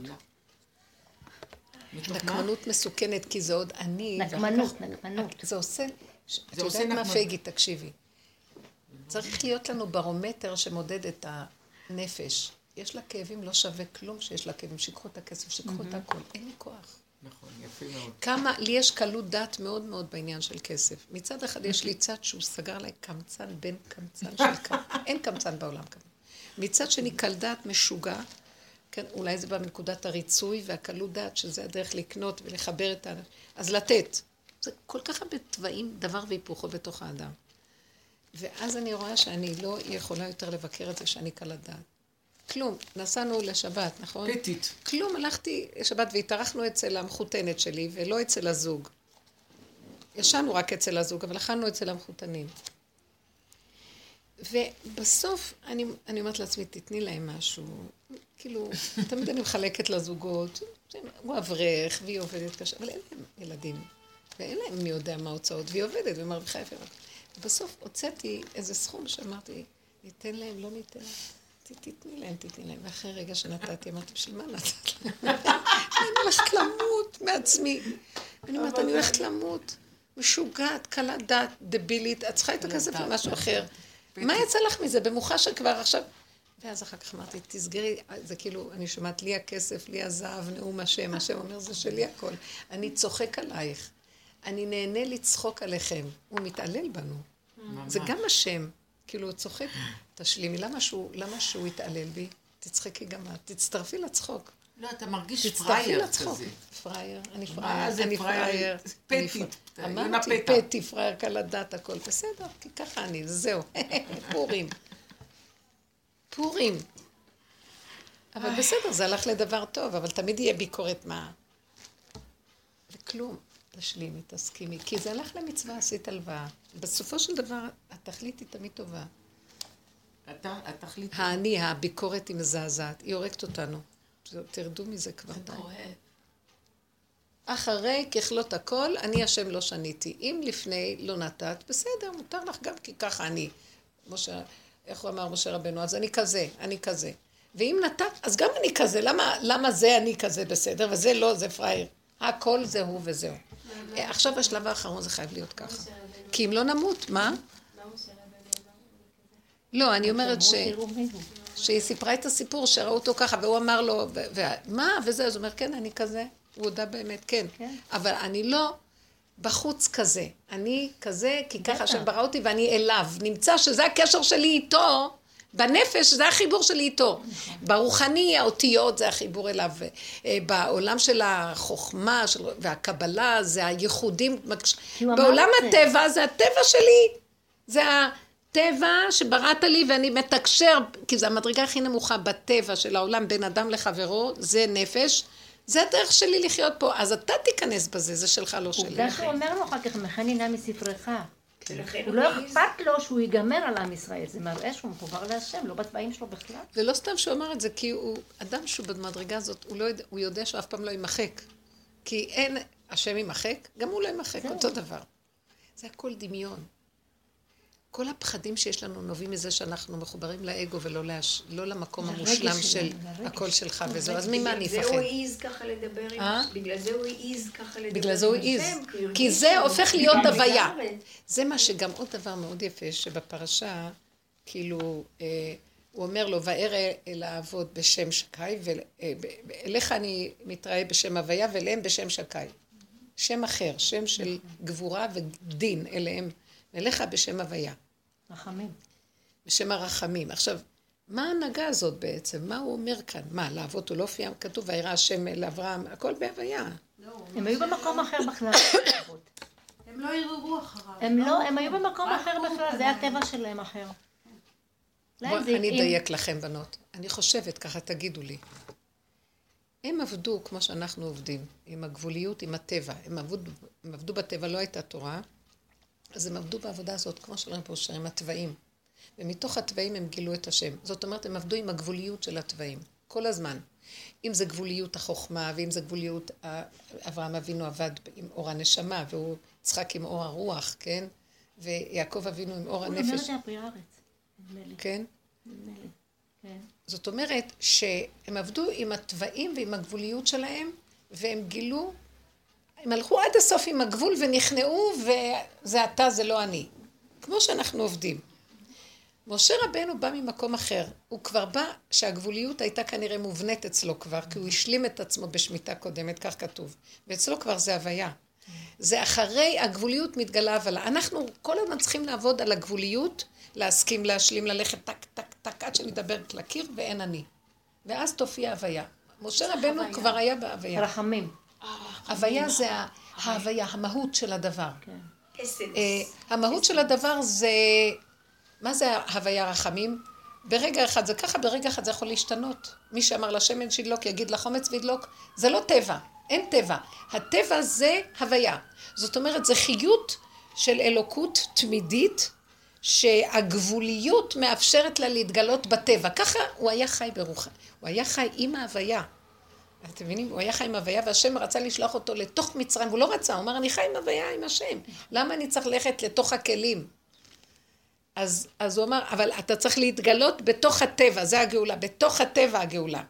נקמנות מסוכנת, כי זה עוד אני. נקמנות. זה עושה... את יודעת מה פייגי, תקשיבי. צריך להיות לנו ברומטר שמודד את הנפש. יש לה כאבים, לא שווה כלום שיש לה כאבים. שיקחו את הכסף, שיקחו את הכל. אין לי כוח. נכון, יפה מאוד. כמה, לי יש קלות דעת מאוד מאוד בעניין של כסף. מצד אחד יש לי צד שהוא סגר עליי קמצן בין קמצן של קמצן. אין קמצן בעולם כזה. מצד שני קל דעת משוגע, כן, אולי זה בא מנקודת הריצוי והקלות דעת, שזה הדרך לקנות ולחבר את האנשים. אז לתת. זה כל כך הרבה טבעים, דבר והיפוכו בתוך האדם. ואז אני רואה שאני לא יכולה יותר לבקר את זה שאני קלת דעת. כלום, נסענו לשבת, נכון? פטית. כלום, הלכתי לשבת והתארחנו אצל המחותנת שלי ולא אצל הזוג. ישנו רק אצל הזוג, אבל אכלנו אצל המחותנים. ובסוף אני אומרת לעצמי, תתני להם משהו. כאילו, תמיד אני מחלקת לזוגות, הוא אברך והיא עובדת קשה, אבל אין להם ילדים. ואין להם מי יודע מה ההוצאות, והיא עובדת ומרוויחה יפה. ובסוף הוצאתי איזה סכום שאמרתי, ניתן להם, לא ניתן להם. תתני להם. ואחרי רגע שנתתי, אמרתי, בשביל מה נתת להם? אני הולכת למות מעצמי. אני אומרת, אני הולכת למות. משוגעת, קלת דעת, דבילית, את צריכה את הכסף למשהו אחר. מה יצא לך מזה? במוחש שכבר עכשיו... ואז אחר כך אמרתי, תסגרי, זה כאילו, אני שומעת לי הכסף, לי הזהב, נאום השם אומר, זה שלי הכל. אני צוחק עלייך. אני נהנה לצחוק עליכם. הוא מתעלל בנו. זה גם השם. כאילו, הוא צוחק. תשלימי, למה שהוא יתעלל בי? תצחקי גם את. תצטרפי לצחוק. לא, אתה מרגיש פרייר כזה. פרייר, אני פרייר. פטית. אמרתי, פטי, פרייר, קלת דעת, הכל בסדר, כי ככה אני, זהו. פורים. אבל בסדר, זה הלך לדבר טוב, אבל תמיד יהיה ביקורת מה. וכלום. תשלימי, תסכימי, כי זה הלך למצווה, עשית הלוואה. בסופו של דבר, התכלית היא תמיד טובה. התכלית... הביקורת היא מזעזעת, היא הורגת אותנו. תרדו מזה כבר די. אחרי ככלות הכל, אני השם לא שניתי. אם לפני לא נתת, בסדר, מותר לך גם, כי ככה אני. איך הוא אמר משה רבנו? אז אני כזה. ואם נתת, אז גם אני כזה. למה זה אני כזה בסדר, וזה לא, זה פראייר. הכל זה הוא וזהו. עכשיו השלב האחרון זה חייב להיות ככה. כי אם לא נמות, מה? לא, אני אומרת שהיא סיפרה את הסיפור, שראו אותו ככה, והוא אמר לו, מה? וזה, אז הוא אומר, כן, אני כזה. הוא הודע באמת, כן. אבל אני לא בחוץ כזה. אני כזה, כי ככה שברא אותי ואני אליו. נמצא שזה הקשר שלי איתו, בנפש זה החיבור שלי איתו. ברוחני האותיות זה החיבור אליו. בעולם של החוכמה והקבלה זה הייחודים. בעולם הטבע זה הטבע שלי. זה הטבע שבראת לי ואני מתקשר, כי זה המדרגה הכי נמוכה בטבע של העולם בין אדם לחברו, זה נפש. זה הדרך שלי לחיות פה. אז אתה תיכנס בזה, זה שלך לא שלי. עובדה שהוא אומר לו אחר כך, מכנינה מספרך. הוא לא אכפת לו שהוא ייגמר על עם ישראל, זה מראה שהוא מחובר להשם, לא בצבעים שלו בכלל. ולא סתם שהוא אמר את זה, כי הוא, אדם שהוא במדרגה הזאת, הוא יודע שהוא אף פעם לא יימחק. כי אין, השם יימחק, גם הוא לא יימחק, אותו דבר. זה הכל דמיון. כל הפחדים שיש לנו נובעים מזה שאנחנו מחוברים לאגו ולא למקום המושלם של הכל שלך וזהו. אז ממה אני אפחד? בגלל זה הוא העיז ככה לדבר עם... בגלל זה הוא העיז. כי זה הופך להיות הוויה. זה מה שגם עוד דבר מאוד יפה, שבפרשה, כאילו, הוא אומר לו, וארא אל האבות בשם שקי, ואליך אני מתראה בשם הוויה, ואליהם בשם שקי. שם אחר, שם של גבורה ודין אליהם. ואליך בשם הוויה. רחמים. בשם הרחמים. עכשיו, מה ההנהגה הזאת בעצם? מה הוא אומר כאן? מה, לאבות הוא לא הופיע? כתוב, וירא השם אל אברהם, הכל בהוויה. הם היו במקום אחר בכלל. הם לא ערערו אחריו. הם היו במקום אחר בכלל, זה הטבע שלהם אחר. אני אדייק לכם בנות. אני חושבת, ככה תגידו לי. הם עבדו כמו שאנחנו עובדים, עם הגבוליות, עם הטבע. הם עבדו בטבע, לא הייתה תורה, אז הם עבדו בעבודה הזאת, כמו שאומרים פה, עם הטבעים. ומתוך הטבעים הם גילו את השם. זאת אומרת, הם עבדו עם הגבוליות של הטבעים, כל הזמן. אם זה גבוליות החוכמה, ואם זה גבוליות, אברהם אבינו עבד עם אור הנשמה, והוא צחק עם אור הרוח, כן? ויעקב אבינו עם אור הנפש. הוא אומר את זה הפרי הארץ, נדמה לי. כן? נדמה לי, כן. זאת אומרת שהם עבדו עם הטבעים ועם הגבוליות שלהם, והם גילו, הם הלכו עד הסוף עם הגבול ונכנעו, וזה אתה, זה לא אני. כמו שאנחנו עובדים. משה רבנו בא ממקום אחר. הוא כבר בא שהגבוליות הייתה כנראה מובנית אצלו כבר, כי הוא השלים את עצמו בשמיטה קודמת, כך כתוב. ואצלו כבר זה הוויה. זה אחרי הגבוליות מתגלה הבלה. אנחנו כל הזמן צריכים לעבוד על הגבוליות, להסכים, להשלים, ללכת טק, טק, טק, עד שנדבר לקיר ואין אני. ואז תופיע הוויה. משה רבנו כבר היה בהוויה. רחמים. הוויה זה ההוויה, המהות של הדבר. אסנס. המהות של הדבר זה, מה זה ההוויה רחמים? ברגע אחד זה ככה, ברגע אחד זה יכול להשתנות. מי שאמר לשמן שידלוק יגיד לחומץ וידלוק, זה לא טבע, אין טבע. הטבע זה הוויה. זאת אומרת, זה חיות של אלוקות תמידית, שהגבוליות מאפשרת לה להתגלות בטבע. ככה הוא היה חי ברוחה. הוא היה חי עם ההוויה. אתם מבינים? הוא היה חי עם הוויה, והשם רצה לשלוח אותו לתוך מצרים. הוא לא רצה, הוא אמר, אני חי עם הוויה, עם השם. למה אני צריך ללכת לתוך הכלים? אז הוא אמר, אבל אתה צריך להתגלות בתוך הטבע, זה הגאולה, בתוך הטבע הגאולה.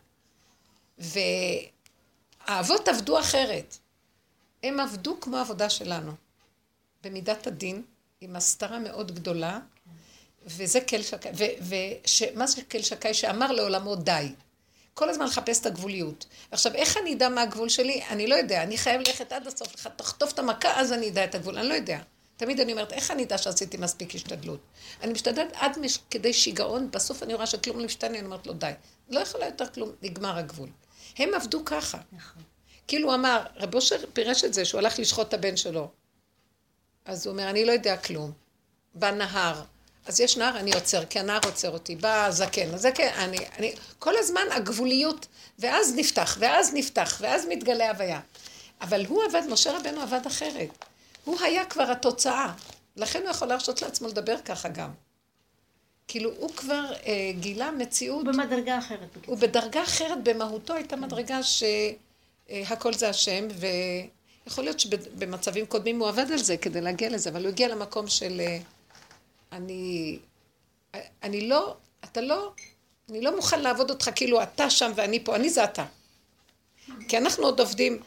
והאבות עבדו אחרת. הם עבדו כמו העבודה שלנו. במידת הדין, עם הסתרה מאוד גדולה, וזה קל שקאי, ומה זה קל שקאי? שאמר לעולמו די. כל הזמן לחפש את הגבוליות. עכשיו, איך אני אדע מה הגבול שלי? אני לא יודע, אני חייב ללכת עד הסוף, תחטוף את המכה, אז אני אדע את הגבול, אני לא יודע. תמיד אני אומרת, איך אני אדע שעשיתי מספיק השתדלות? אני משתדלת עד כדי שיגעון, בסוף אני רואה שכלום לא משתנה, אני אומרת לו די. לא יכולה יותר כלום, נגמר הגבול. הם עבדו ככה. נכון. כאילו הוא אמר, רב אושר פירש את זה, שהוא הלך לשחוט את הבן שלו. אז הוא אומר, אני לא יודע כלום. בא נהר. אז יש נהר, אני עוצר, כי הנהר עוצר אותי. בא זקן, הזקן, כל הזמן הגבוליות, ואז נפתח, ואז נפתח, ואז מתגלה הוויה. אבל הוא עבד, משה רבנו עבד אחרת. הוא היה כבר התוצאה. לכן הוא יכול להרשות לעצמו לדבר ככה גם. כאילו, הוא כבר גילה מציאות. במדרגה אחרת. הוא בדרגה אחרת, במהותו הייתה מדרגה שהכל זה השם, ויכול להיות שבמצבים קודמים הוא עבד על זה כדי להגיע לזה, אבל הוא הגיע למקום של אני לא מוכן לעבוד אותך כאילו אתה שם ואני פה, אני זה אתה. כי אנחנו עוד עובדים,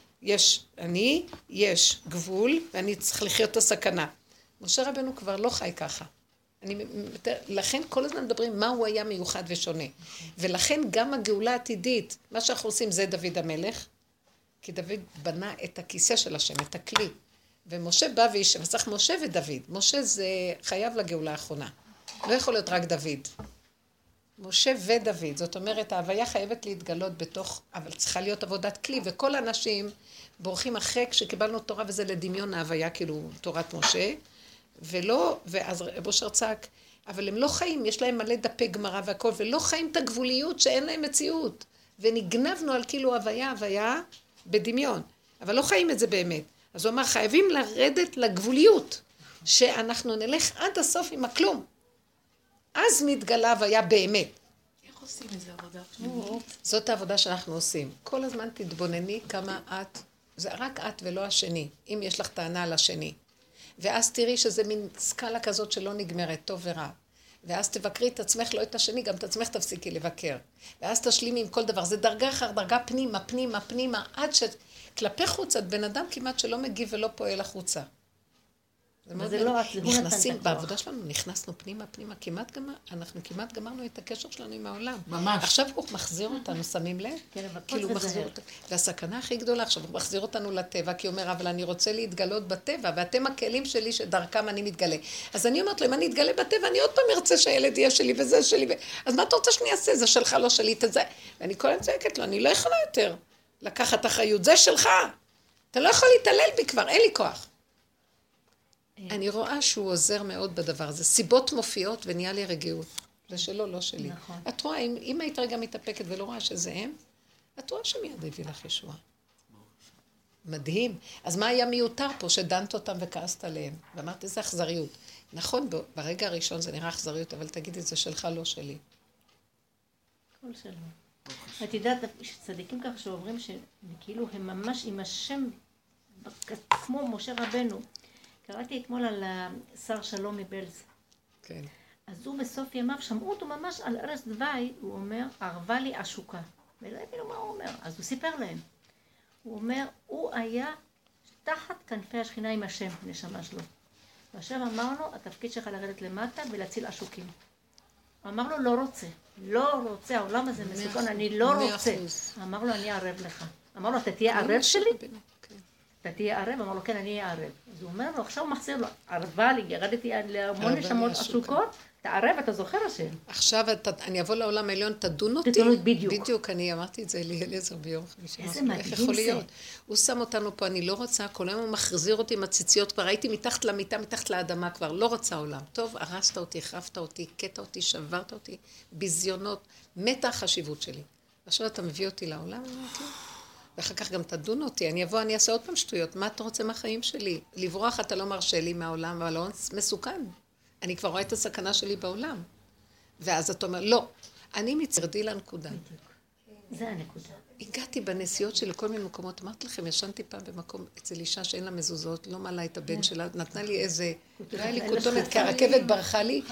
יש גבול ואני צריך לחיות את הסכנה. משה רבנו כבר לא חי ככה. לכן כל הזמן מדברים מה הוא היה מיוחד ושונה. ולכן גם הגאולה העתידית, מה שאנחנו עושים זה דוד המלך, כי דוד בנה את הכיסא של השם, את הכלי. ומשה בא וצריך משה ודוד. משה זה חייב לגאולה האחרונה. לא יכול להיות רק דוד. משה ודוד, זאת אומרת, ההוויה חייבת להתגלות בתוך, אבל צריכה להיות עבודת כלי, וכל האנשים בורחים אחרי כשקיבלנו תורה, וזה לדמיון ההוויה, כאילו תורת משה, ואז רב אושר צעק, אבל הם לא חיים, יש להם מלא דפי גמרא והכל, ולא חיים את הגבוליות שאין להם מציאות, ונגנבנו על כאילו הוויה בדמיון, אבל לא חיים את זה באמת. אז הוא אמר, חייבים לרדת לגבוליות, שאנחנו נלך עד הסוף עם הכלום. אז מתגלה הוויה באמת. איך עושים איזה עבודה פנימית? זאת העבודה שאנחנו עושים. כל הזמן תתבונני כמה את, זה רק את ולא השני, אם יש לך טענה על השני. ואז תראי שזה מין סקאלה כזאת שלא נגמרת, טוב ורע. ואז תבקרי את עצמך, לא את השני, גם את עצמך תפסיקי לבקר. ואז תשלימי עם כל דבר. זה דרגה אחר דרגה פנימה, עד שכלפי חוץ, את בן אדם כמעט שלא מגיב ולא פועל החוצה. זה לא רק, נכנסים, בעבודה שלנו נכנסנו פנימה, אנחנו כמעט גמרנו את הקשר שלנו עם העולם. ממש. עכשיו הוא מחזיר אותנו, שמים לב? כן, אבל כאילו כל הוא זה מחזיר זהר. אותנו. והסכנה הכי גדולה, עכשיו הוא מחזיר אותנו לטבע, כי הוא אומר, אבל אני רוצה להתגלות בטבע, ואתם הכלים שלי שדרכם אני מתגלה. אז אני אומרת לו, אם אני אתגלה בטבע, אני עוד פעם ארצה שהילד יהיה שלי וזה שלי. אז מה אתה רוצה שאני אעשה? זה שלך, לא שלי, את זה. ואני כל הזמן צועקת לו, אני לא יכולה יותר לקחת אחריות, זה שלך. אתה לא יכול להתעלל בי כבר, אין לי כוח. אני רואה שהוא עוזר מאוד בדבר הזה. סיבות מופיעות ונהיה לי רגיעות. זה שלו, לא שלי. נכון. את רואה, אם היית רגע מתאפקת ולא רואה שזה הם, את רואה שמיד הביא לך ישועה. מדהים. אז מה היה מיותר פה שדנת אותם וכעסת עליהם? ואמרת, איזה אכזריות. נכון, ברגע הראשון זה נראה אכזריות, אבל תגידי, זה שלך, לא שלי. כל שלום. את יודעת, שצדיקים ככה שאומרים שכאילו הם ממש עם השם, כמו משה רבנו. קראתי אתמול על שר שלום מבלז. כן. אז הוא בסוף ימיו שמעו אותו ממש על ערש דווי, הוא אומר, ערבה לי עשוקה. ולא הבינו מה הוא אומר, אז הוא סיפר להם. הוא אומר, הוא היה תחת כנפי השכינה עם השם, נשמה שלו. והשם אמר לו, התפקיד שלך לרדת למטה ולהציל עשוקים. הוא אמר לו, לא רוצה. לא רוצה, העולם הזה מסוכן, אני לא רוצה. אמר לו, אני ערב לך. אמר לו, אתה תהיה ערב שלי? אתה תהיה ערב? אמר לו, כן, אני אהיה ערב. אז הוא אומר לו, עכשיו הוא מחזיר לו, ערבה לי, ירדתי להמון נשמות עשוקות, תערב, אתה זוכר השם. עכשיו אני אבוא לעולם העליון, תדון אותי. תדון אותי, בדיוק. בדיוק, אני אמרתי את זה אליעזר ביום חמישי. איזה מדהים איך יכול זה. להיות? הוא שם אותנו פה, אני לא רוצה, כל היום הוא מחזיר אותי עם הציציות, כבר הייתי מתחת למיטה, מתחת לאדמה כבר, לא רוצה עולם. טוב, הרסת אותי, החרפת אותי, קטע אותי, שברת אותי, ביזיונות, מתה החשיבות שלי. עכשיו אתה מביא אותי לעולם, אני אומרת לו, ואחר כך גם תדון אותי, אני אבוא, אני אעשה עוד פעם שטויות, מה אתה רוצה מהחיים שלי? לברוח אתה לא מרשה לי מהעולם, אבל לא מסוכן. אני כבר רואה את הסכנה שלי בעולם. ואז אתה אומר, לא, אני מצרדי לנקודה. זה הנקודה. הגעתי בנסיעות שלי לכל מיני מקומות, אמרתי לכם, ישנתי פעם במקום אצל אישה שאין לה מזוזות, לא מעלה את הבן שלה, נתנה לי איזה, לא היה לי כותונת, כי הרכבת ברחה לי,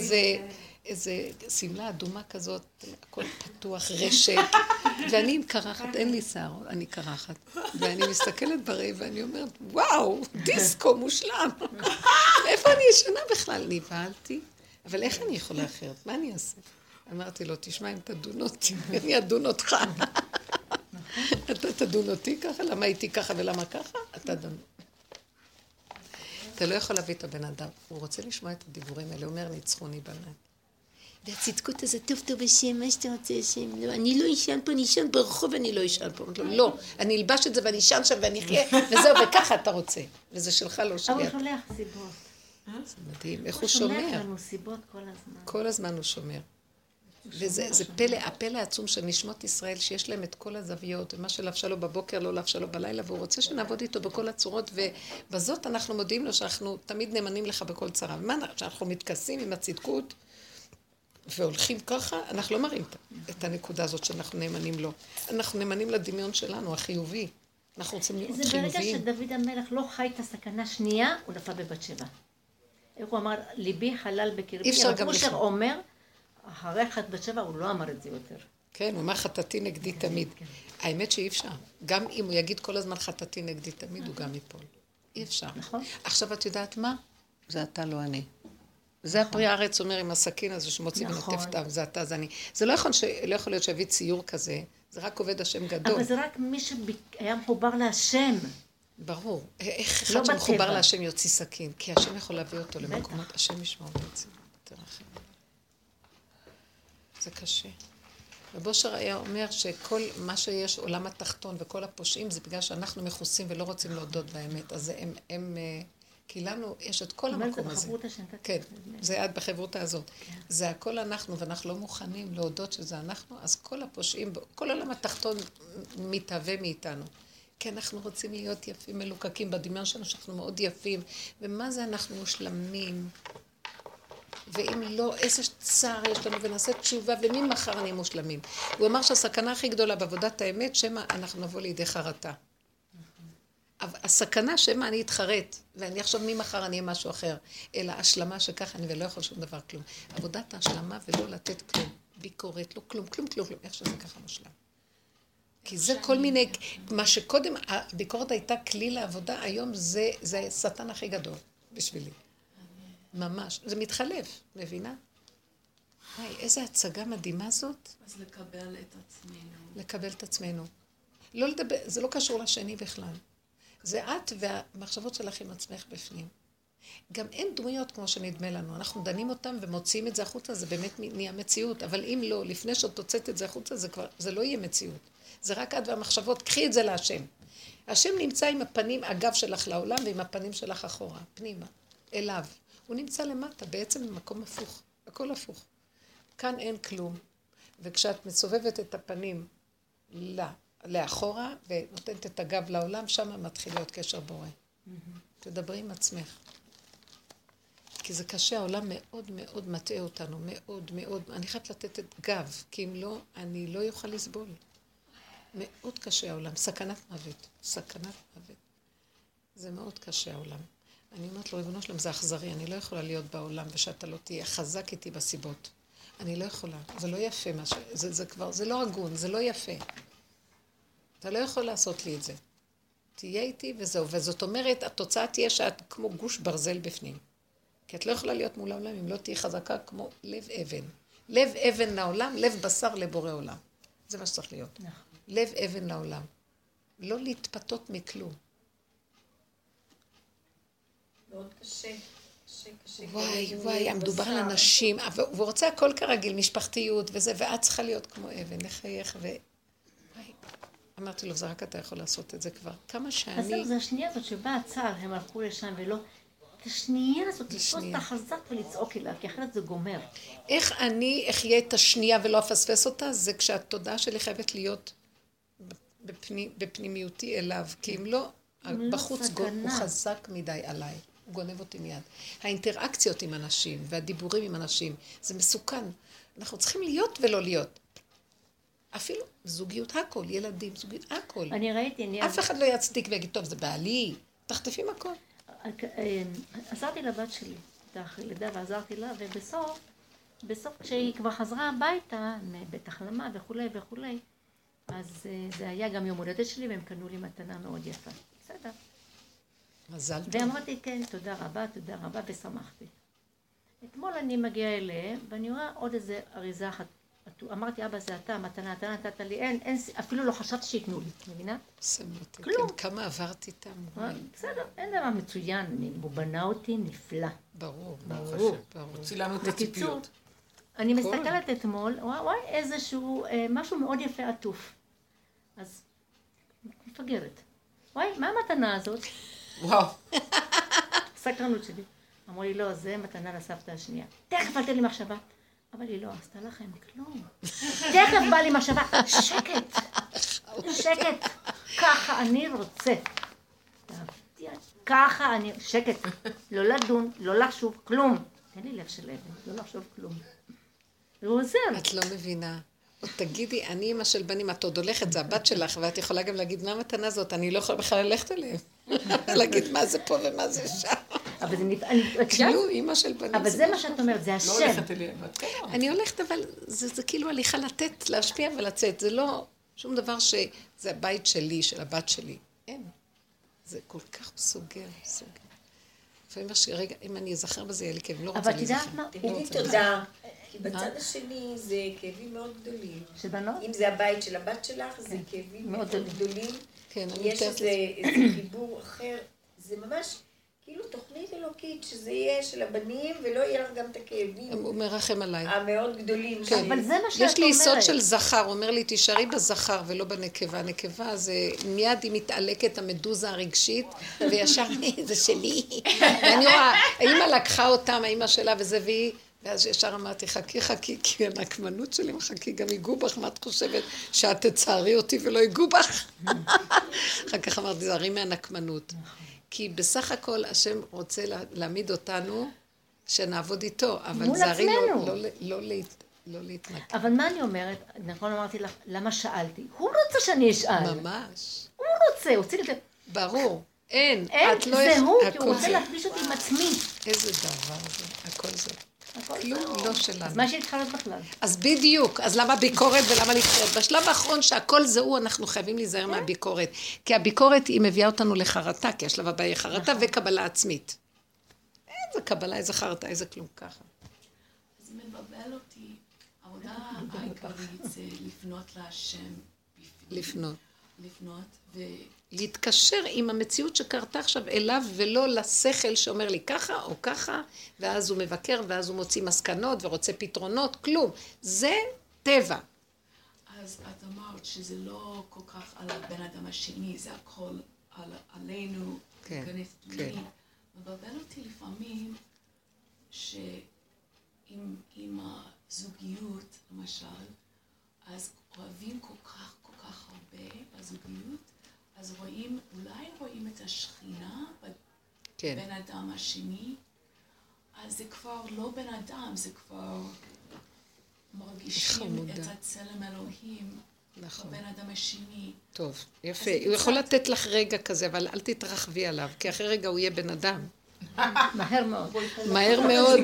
איזה סמלה אדומה כזאת, הכל פתוח, רשת, ואני עם קרחת, אין לי שיער, אני קרחת, ואני מסתכלת בראי ואני אומרת, וואו, דיסקו מושלם, איפה אני ישנה בכלל? נבהלתי, אבל איך אני יכולה אחרת? מה אני אעשה? אמרתי לו, תשמע, אם תדון אותי, אני אדון אותך. אתה תדון אותי ככה? למה הייתי ככה ולמה ככה? אתה דון. אתה לא יכול להביא את הבן אדם. הוא רוצה לשמוע את הדיבורים האלה, הוא אומר, ניצחוני בנת. והצדקות הזה, טוב טוב השם, מה שאתה רוצה השם? לא, אני לא אשן פה, אני אשן ברחוב, אני לא אשן פה. לא, אני אלבש את זה ואני אשן שם ואני אחיה, וזהו, וככה אתה רוצה. וזה שלך לא שלי. אבל הוא שולח סיבות. זה מדהים, איך הוא שומר. הוא שולח לנו סיבות כל הזמן. כל הזמן הוא שומר. וזה פלא, הפלא העצום של נשמות ישראל, שיש להם את כל הזוויות, ומה שלבשה לו בבוקר, לא לבשה לו בלילה, והוא רוצה שנעבוד איתו בכל הצורות, ובזאת אנחנו מודיעים לו שאנחנו תמיד נאמנים לך בכל צרה. ומה, שאנחנו מתכסים עם הצדקות, והולכים ככה, אנחנו לא מראים את הנקודה הזאת שאנחנו נאמנים לו. אנחנו נאמנים לדמיון שלנו, החיובי. אנחנו רוצים להיות חיוביים. זה ברגע שדוד המלך לא חי את הסכנה שנייה, הוא נפל בבת שבע. איך הוא אמר, ליבי חלל בקרבי, אבל מושר אומר, אחרי חטא בת שבע, הוא לא אמר את זה יותר. כן, הוא אמר חטאתי נגדי תמיד. האמת שאי אפשר. גם אם הוא יגיד כל הזמן חטאתי נגדי תמיד, הוא גם ייפול. אי אפשר. נכון. עכשיו את יודעת מה? זה אתה לא אני. זה הפרי הארץ אומר עם הסכין הזה שמוציא מנטף תם, זה אתה, זה אני. זה לא יכול להיות שיביא ציור כזה, זה רק עובד השם גדול. אבל זה רק מי שהיה מחובר להשם. ברור. איך אחד שמחובר להשם יוציא סכין? כי השם יכול להביא אותו למקומות, השם ישמע בעצם. תרחם. זה קשה. ובושר היה אומר שכל מה שיש עולם התחתון וכל הפושעים זה בגלל שאנחנו מכוסים ולא רוצים להודות באמת. אז הם כי לנו יש את כל המקום הזה. כן, זה עד בחברותה הזאת. זה הכל אנחנו ואנחנו לא מוכנים להודות שזה אנחנו, אז כל הפושעים, כל עולם התחתון מתהווה מאיתנו. כי אנחנו רוצים להיות יפים, מלוקקים בדמיון שלנו שאנחנו מאוד יפים. ומה זה אנחנו מושלמים? ואם לא, איזה צער יש לנו ונעשה תשובה, וממחר אני מושלמים. הוא אמר שהסכנה הכי גדולה בעבודת האמת, שמה אנחנו נבוא לידי חרטה. אבל הסכנה שמה אני אתחרט, ואני עכשיו ממחר אני אהיה משהו אחר, אלא השלמה שככה אני ולא יכול שום דבר כלום. עבודת ההשלמה ולא לתת כלום, ביקורת, לא כלום, כלום, כלום, איך שזה ככה מושלם. כי זה כל מיני, מה שקודם הביקורת הייתה כלי לעבודה, היום זה השטן הכי גדול בשבילי. ממש, זה מתחלף, מבינה? וואי, איזה הצגה מדהימה זאת. אז לקבל את עצמנו. לקבל את עצמנו. לא לדבר, זה לא קשור לשני בכלל. זה את והמחשבות שלך עם עצמך בפנים. גם אין דמויות כמו שנדמה לנו. אנחנו דנים אותם ומוציאים את זה החוצה, זה באמת נהיה מציאות. אבל אם לא, לפני שאת תוצאת את זה החוצה, זה לא יהיה מציאות. זה רק את והמחשבות, קחי את זה להשם. השם נמצא עם הפנים, הגב שלך לעולם, ועם הפנים שלך אחורה, פנימה. אליו. הוא נמצא למטה, בעצם במקום הפוך. הכל הפוך. כאן אין כלום. וכשאת מסובבת את הפנים לאחורה, ונותנת את הגב לעולם, שם מתחיל להיות קשר בורא. תדברי עם עצמך. כי זה קשה, העולם מאוד מאוד מטעה אותנו, מאוד מאוד. אני חייבת לתת את גב, כי אם לא, אני לא יוכל לסבול. מאוד קשה העולם, סכנת מוות, סכנת מוות. זה מאוד קשה העולם. אני אומרת לו, ריבונו שלם, זה אכזרי, אני לא יכולה להיות בעולם, ושאתה לא תהיה חזק איתי בסיבות. אני לא יכולה, זה לא יפה, זה כבר, זה לא הגון, זה לא יפה. אתה לא יכול לעשות לי את זה. תהיה איתי וזהו, וזאת אומרת, התוצאה תהיה שאת כמו גוש ברזל בפנים. כי את לא יכולה להיות מול העולם אם לא תהיה חזקה כמו לב אבן. לב אבן לעולם, לב בשר לבורא עולם. זה מה שצריך להיות. לב אבן לעולם. לא להתפתות מכלום. מאוד קשה. קשה. וואי, מדובר על אנשים, והוא רוצה הכל כרגיל, משפחתיות וזה, ואת צריכה להיות כמו אבן, לחייך אמרתי לו, זה רק אתה יכול לעשות את זה כבר. כמה שאני... אז זהו, זה השנייה הזאת שבאה הצער, הם הלכו לשם ולא... את השנייה הזאת, לתפוס אותה חזק ולצעוק אליה, כי אחרת זה גומר. איך אני אחיה את השנייה ולא אפספס אותה? זה כשהתודעה שלי חייבת להיות בפנימיותי אליו, כי אם לא, בחוץ הוא חזק מדי עליי. הוא גונב אותי מיד. האינטראקציות עם אנשים והדיבורים עם אנשים, זה מסוכן. אנחנו צריכים להיות ולא להיות. אפילו זוגיות הכל, ילדים, זוגיות הכל. אני ראיתי, אף אחד לא יצדיק ויגיד, טוב, זה בעלי, תחטפים הכל. עזרתי לבת שלי, הייתה אחרי לידה ועזרתי לה, ובסוף כשהיא כבר חזרה הביתה, מבית החלמה וכולי, אז זה היה גם יום הולדת שלי, והם קנו לי מתנה מאוד יפה. בסדר. מזל טוב. ואמרתי, כן, תודה רבה, ושמחתי. אתמול אני מגיעה אליהם, ואני רואה עוד איזה אריזה אחת. אמרתי, אבא, זה אתה, מתנה, אתה נתת לי, אין, אפילו לא חשבתי שיתנו לי, מבינה? שמתי, כלום. כן, כמה עברתי איתם. בסדר, אין דבר מצוין, הוא בנה אותי נפלא. ברור. הוציא לנו את הציפיות. אני מסתכלת אתמול, וואי, איזשהו, משהו מאוד יפה עטוף. אז, מפגרת. וואי, מה המתנה הזאת? וואו. סקרנות שלי. אמרו לי, לא, זה מתנה לסבתא השנייה. תכף, אל תן לי מחשבה. אבל היא לא עשתה לכם כלום. תכף בא לי מחשבה, שקט. ככה אני רוצה. ככה אני, שקט. לא לדון, לא לחשוב כלום. תן לי לב של אבן, לא לחשוב כלום. והוא עוזר. את לא מבינה. עוד תגידי, אני אמא של בנים, את עוד הולכת, זה הבת שלך, ואת יכולה גם להגיד, מה המתנה הזאת? אני לא יכולה בכלל ללכת אליהם. להגיד מה זה פה ומה זה שם. אבל זה כאילו, אמא של בנים. אבל זה מה שאת אומרת, זה השם. לא הולכת אליהם. אני הולכת, אבל זה כאילו הליכה לתת, להשפיע ולצאת. זה לא שום דבר שזה הבית שלי, של הבת שלי. אין. זה כל כך סוגר. לפעמים רגע, אם אני אזכר בזה, יהיה לי כאב, לא רוצה להיזכר. אבל תדעת מה? תגידי תודה. כי בצד השני זה כאבים מאוד גדולים. של בנות? אם זה הבית של הבת שלך, זה כאבים מאוד גדולים. כן, אני יש מתארת איזה חיבור אחר. זה ממש כאילו תוכנית אלוקית, שזה יהיה של הבנים, ולא יהיה לך גם את הכאבים. הוא מרחם עליי. המאוד גדולים. אבל זה מה שאת אומרת. יש לי יסוד של זכר, הוא אומר לי, תישארי בזכר ולא בנקבה. נקבה זה מיד היא מתעלקת המדוזה הרגשית, וישר זה שלי. ואני רואה, האמא לקחה אותם, האמא שלה וזה, ואז ישר אמרתי, חכי, כי הנקמנות שלי מחכי, גם ייגעו בך, מה את חושבת? שאת תצערי אותי ולא ייגעו בך? אחר כך אמרתי, זהרי מהנקמנות. כי בסך הכל השם רוצה להעמיד אותנו שנעבוד איתו, אבל זהרי לא להתנקם. אבל מה אני אומרת? נכון אמרתי לך, למה שאלתי? הוא רוצה שאני אשאל. ממש. הוא רוצה, הוא רוצה... ברור. אין, את לא... זה הוא, כי הוא רוצה להפגיש אותי עם עצמי. איזה דבר זה, הכל זה. כלום לא שלנו. אז מה שהתחלת בכלל? אז בדיוק, אז למה ביקורת ולמה להתחילת? בשלב האחרון שהכל זהו, אנחנו חייבים להיזהר מהביקורת. כי הביקורת היא מביאה אותנו לחרטה, כי השלב הבא היא חרטה וקבלה עצמית. איזה קבלה, איזה חרטה, איזה כלום ככה. זה מבלבל אותי. העבודה העיקרית זה לפנות להשם בפנים. לפנות להתקשר עם המציאות שקרתה עכשיו אליו ולא לשכל שאומר לי ככה או ככה, ואז הוא מבקר ואז הוא מוציא מסקנות ורוצה פתרונות, כלום. זה טבע. אז את אמרת שזה לא כל כך על הבן אדם השני, זה הכל עלינו, כן, להיכנס כן. פנימית, מבלבל אותי לפעמים שעם הזוגיות, למשל, אז אוהבים כל כך הרבה בזוגיות, אז אולי רואים את השכינה כן. בבן אדם השני, אז זה כבר לא בן אדם, זה כבר מרגישים את הצלם אלוהים נכון. בבן אדם השני. טוב, יפה. הוא יכול לתת לך רגע כזה, אבל אל תתרחבי עליו, כי אחרי רגע הוא יהיה בן אדם. מהר מאוד. מהר מאוד,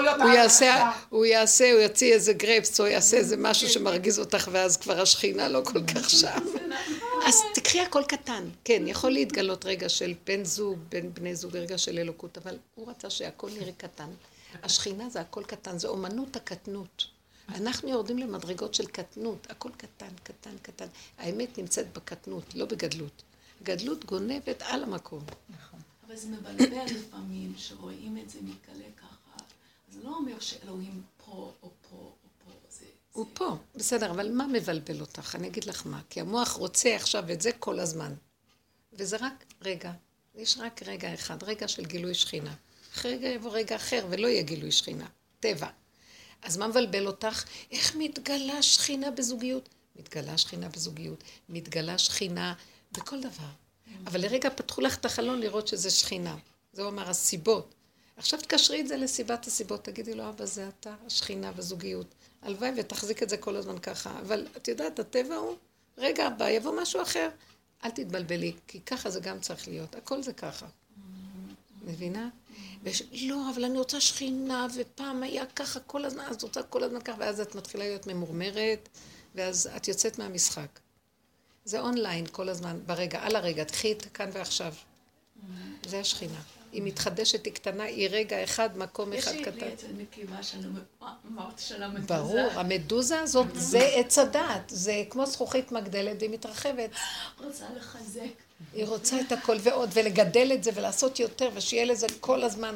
הוא יוציא איזה גרפס, או יעשה איזה משהו שמרגיז אותך, ואז כבר השכינה לא כל כך שם. אז תקחי הכל קטן. כן, יכול להתגלות רגע של בן זוג, בין בני זוג, רגע של אלוקות, אבל הוא רצה שהכל נראה קטן. השכינה זה הכל קטן, זה אומנות הקטנות. אנחנו יורדים למדרגות של קטנות, הכל קטן, קטן, קטן. האמת נמצאת בקטנות, לא בגדלות. גדלות גונבת על המקום. נכון. אבל זה מבלבל לפעמים, שרואים את זה מתגלה ככה. זה לא אומר שאלוהים פה או פה או פה. הוא פה, בסדר, אבל מה מבלבל אותך? אני אגיד לך מה, כי המוח רוצה עכשיו את זה כל הזמן. וזה רק רגע, יש רק רגע אחד, רגע של גילוי שכינה. אחרי רגע יבוא רגע אחר, ולא יהיה גילוי שכינה, טבע. אז מה מבלבל אותך? איך מתגלה שכינה בזוגיות? מתגלה שכינה בזוגיות, מתגלה שכינה בכל דבר. אבל לרגע פתחו לך את החלון לראות שזה שכינה. זה אומר הסיבות. עכשיו תקשרי את זה לסיבת הסיבות, תגידי לו, אבא זה אתה, השכינה בזוגיות. הלוואי ותחזיק את זה כל הזמן ככה. אבל את יודעת, הטבע הוא, רגע הבא, יבוא משהו אחר. אל תתבלבלי, כי ככה זה גם צריך להיות. הכל זה ככה. מבינה? לא, אבל אני רוצה שכינה, ופעם היה ככה כל הזמן, אז רוצה כל הזמן ככה, ואז את מתחילה להיות ממורמרת, ואז את יוצאת מהמשחק. זה אונליין כל הזמן, ברגע, על הרגע, תחי את כאן ועכשיו. זה השכינה. היא מתחדשת, היא קטנה, היא רגע אחד, מקום אחד קטן. יש לי את הנקבה שאמרת של המדוזה. ברור, המדוזה הזאת זה עץ הדעת, זה כמו זכוכית מגדלת והיא מתרחבת. רוצה לחזק. היא רוצה את הכל ועוד, ולגדל את זה ולעשות יותר, ושיהיה לזה כל הזמן.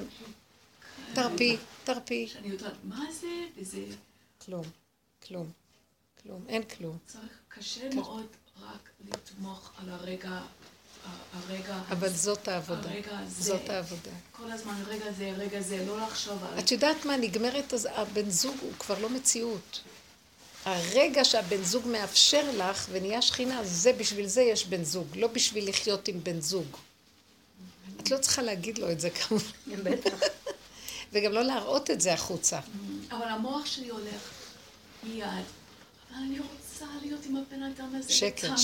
תרפי. שאני יודעת מה זה, וזה... כלום, אין כלום. קשה מאוד רק לתמוך על הרגע אבל זאת העבודה. זאת העבודה. כל הזמן רגע זה, לא לחשוב על... את יודעת מה, נגמרת, אז הבן זוג הוא כבר לא מציאות. הרגע שהבן זוג מאפשר לך ונהיה שכינה, זה בשביל זה יש בן זוג, לא בשביל לחיות עם בן זוג. את לא צריכה להגיד לו את זה כמובן. בטח. וגם לא להראות את זה החוצה. אבל המוח שלי הולך מיד. אבל אני רוצה להיות עם הבן אדם הזה. שקר.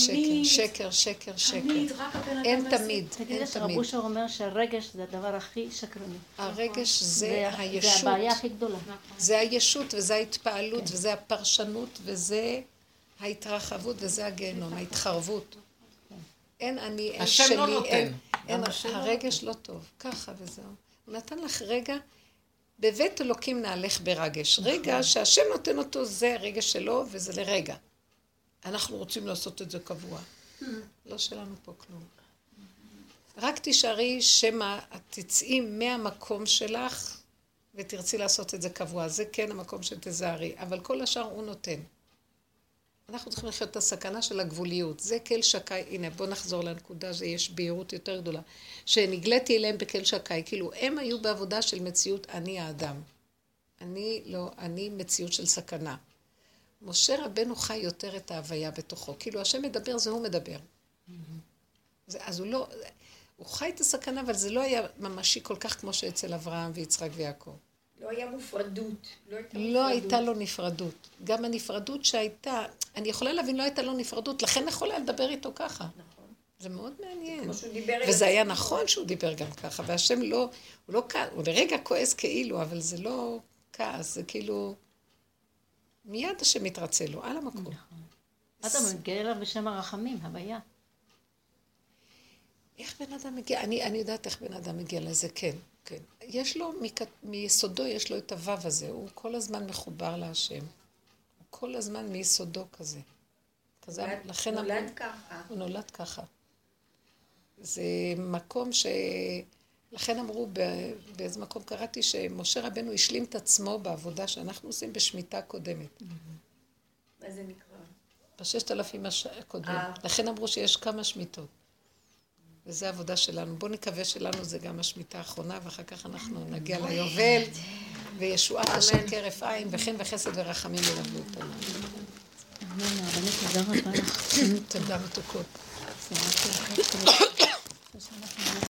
תמיד, רק הבן אדם הזה. אין תמיד. תגידי שרב אושר אומר שהרגש זה הדבר הכי שקרני. הרגש זה הישות. זה הבעיה הכי גדולה. זה הישות וזה ההתפעלות וזה הפרשנות וזה ההתרחבות וזה הגיהנום, ההתחרבות. אין אני, אין שלי. השם לא נותן. הרגש לא טוב, ככה וזהו. הוא נתן לך רגע, בבית אלוקים נהלך ברגש. רגע שהשם נותן אותו זה הרגע שלו וזה לרגע. אנחנו רוצים לעשות את זה קבוע. לא שלנו פה כלום. רק תשארי שמה את תצאי מהמקום שלך ותרצי לעשות את זה קבוע. זה כן המקום שתזהרי, אבל כל השאר הוא נותן. אנחנו צריכים לחיות את הסכנה של הגבוליות. זה כל שקי, הנה בוא נחזור לנקודה שיש בהירות יותר גדולה. שנגלתי אליהם בכל שקי, כאילו הם היו בעבודה של מציאות אני האדם. אני מציאות של סכנה. משה רבנו חי יותר את ההוויה בתוכו. כאילו השם מדבר, זה הוא מדבר. אז הוא לא, הוא חי את הסכנה, אבל זה לא היה ממשי כל כך כמו שאצל אברהם ויצחק ויעקב. לא היה מופרדות. לא הייתה לו נפרדות. גם הנפרדות שהייתה, אני יכולה להבין, לא הייתה לו נפרדות, לכן יכולה לדבר איתו ככה. נכון. זה מאוד מעניין. כמו שהוא דיבר וזה היה נכון שהוא דיבר גם ככה, והשם לא, הוא לא כעס, הוא לרגע כועס כאילו, אבל זה לא כעס, זה כאילו, מיד השם מתרצה לו, על המקום. אתה מגיע אליו בשם הרחמים, הוויה. איך בן אדם מגיע? אני יודעת איך בן אדם מגיע לזה, כן. כן. יש לו, מיסודו יש לו את הוו הזה, הוא כל הזמן מחובר להשם. הוא כל הזמן מיסודו כזה. לכן נולד ככה. הוא נולד ככה. זה מקום לכן אמרו, באיזה מקום קראתי שמשה רבנו השלים את עצמו בעבודה שאנחנו עושים בשמיטה קודמת. מה זה נקרא? ב6,000 הקודם. לכן אמרו שיש כמה שמיטות. וזו העבודה שלנו. בואו נקווה שלנו זה גם השמיטה האחרונה, ואחר כך אנחנו נגיע ליובל, וישועת השם כהרף עין, וכן וחסד ורחמים ילוו אותנו. אמן, הרבנית, תודה רבה לך. תודה מתוקות.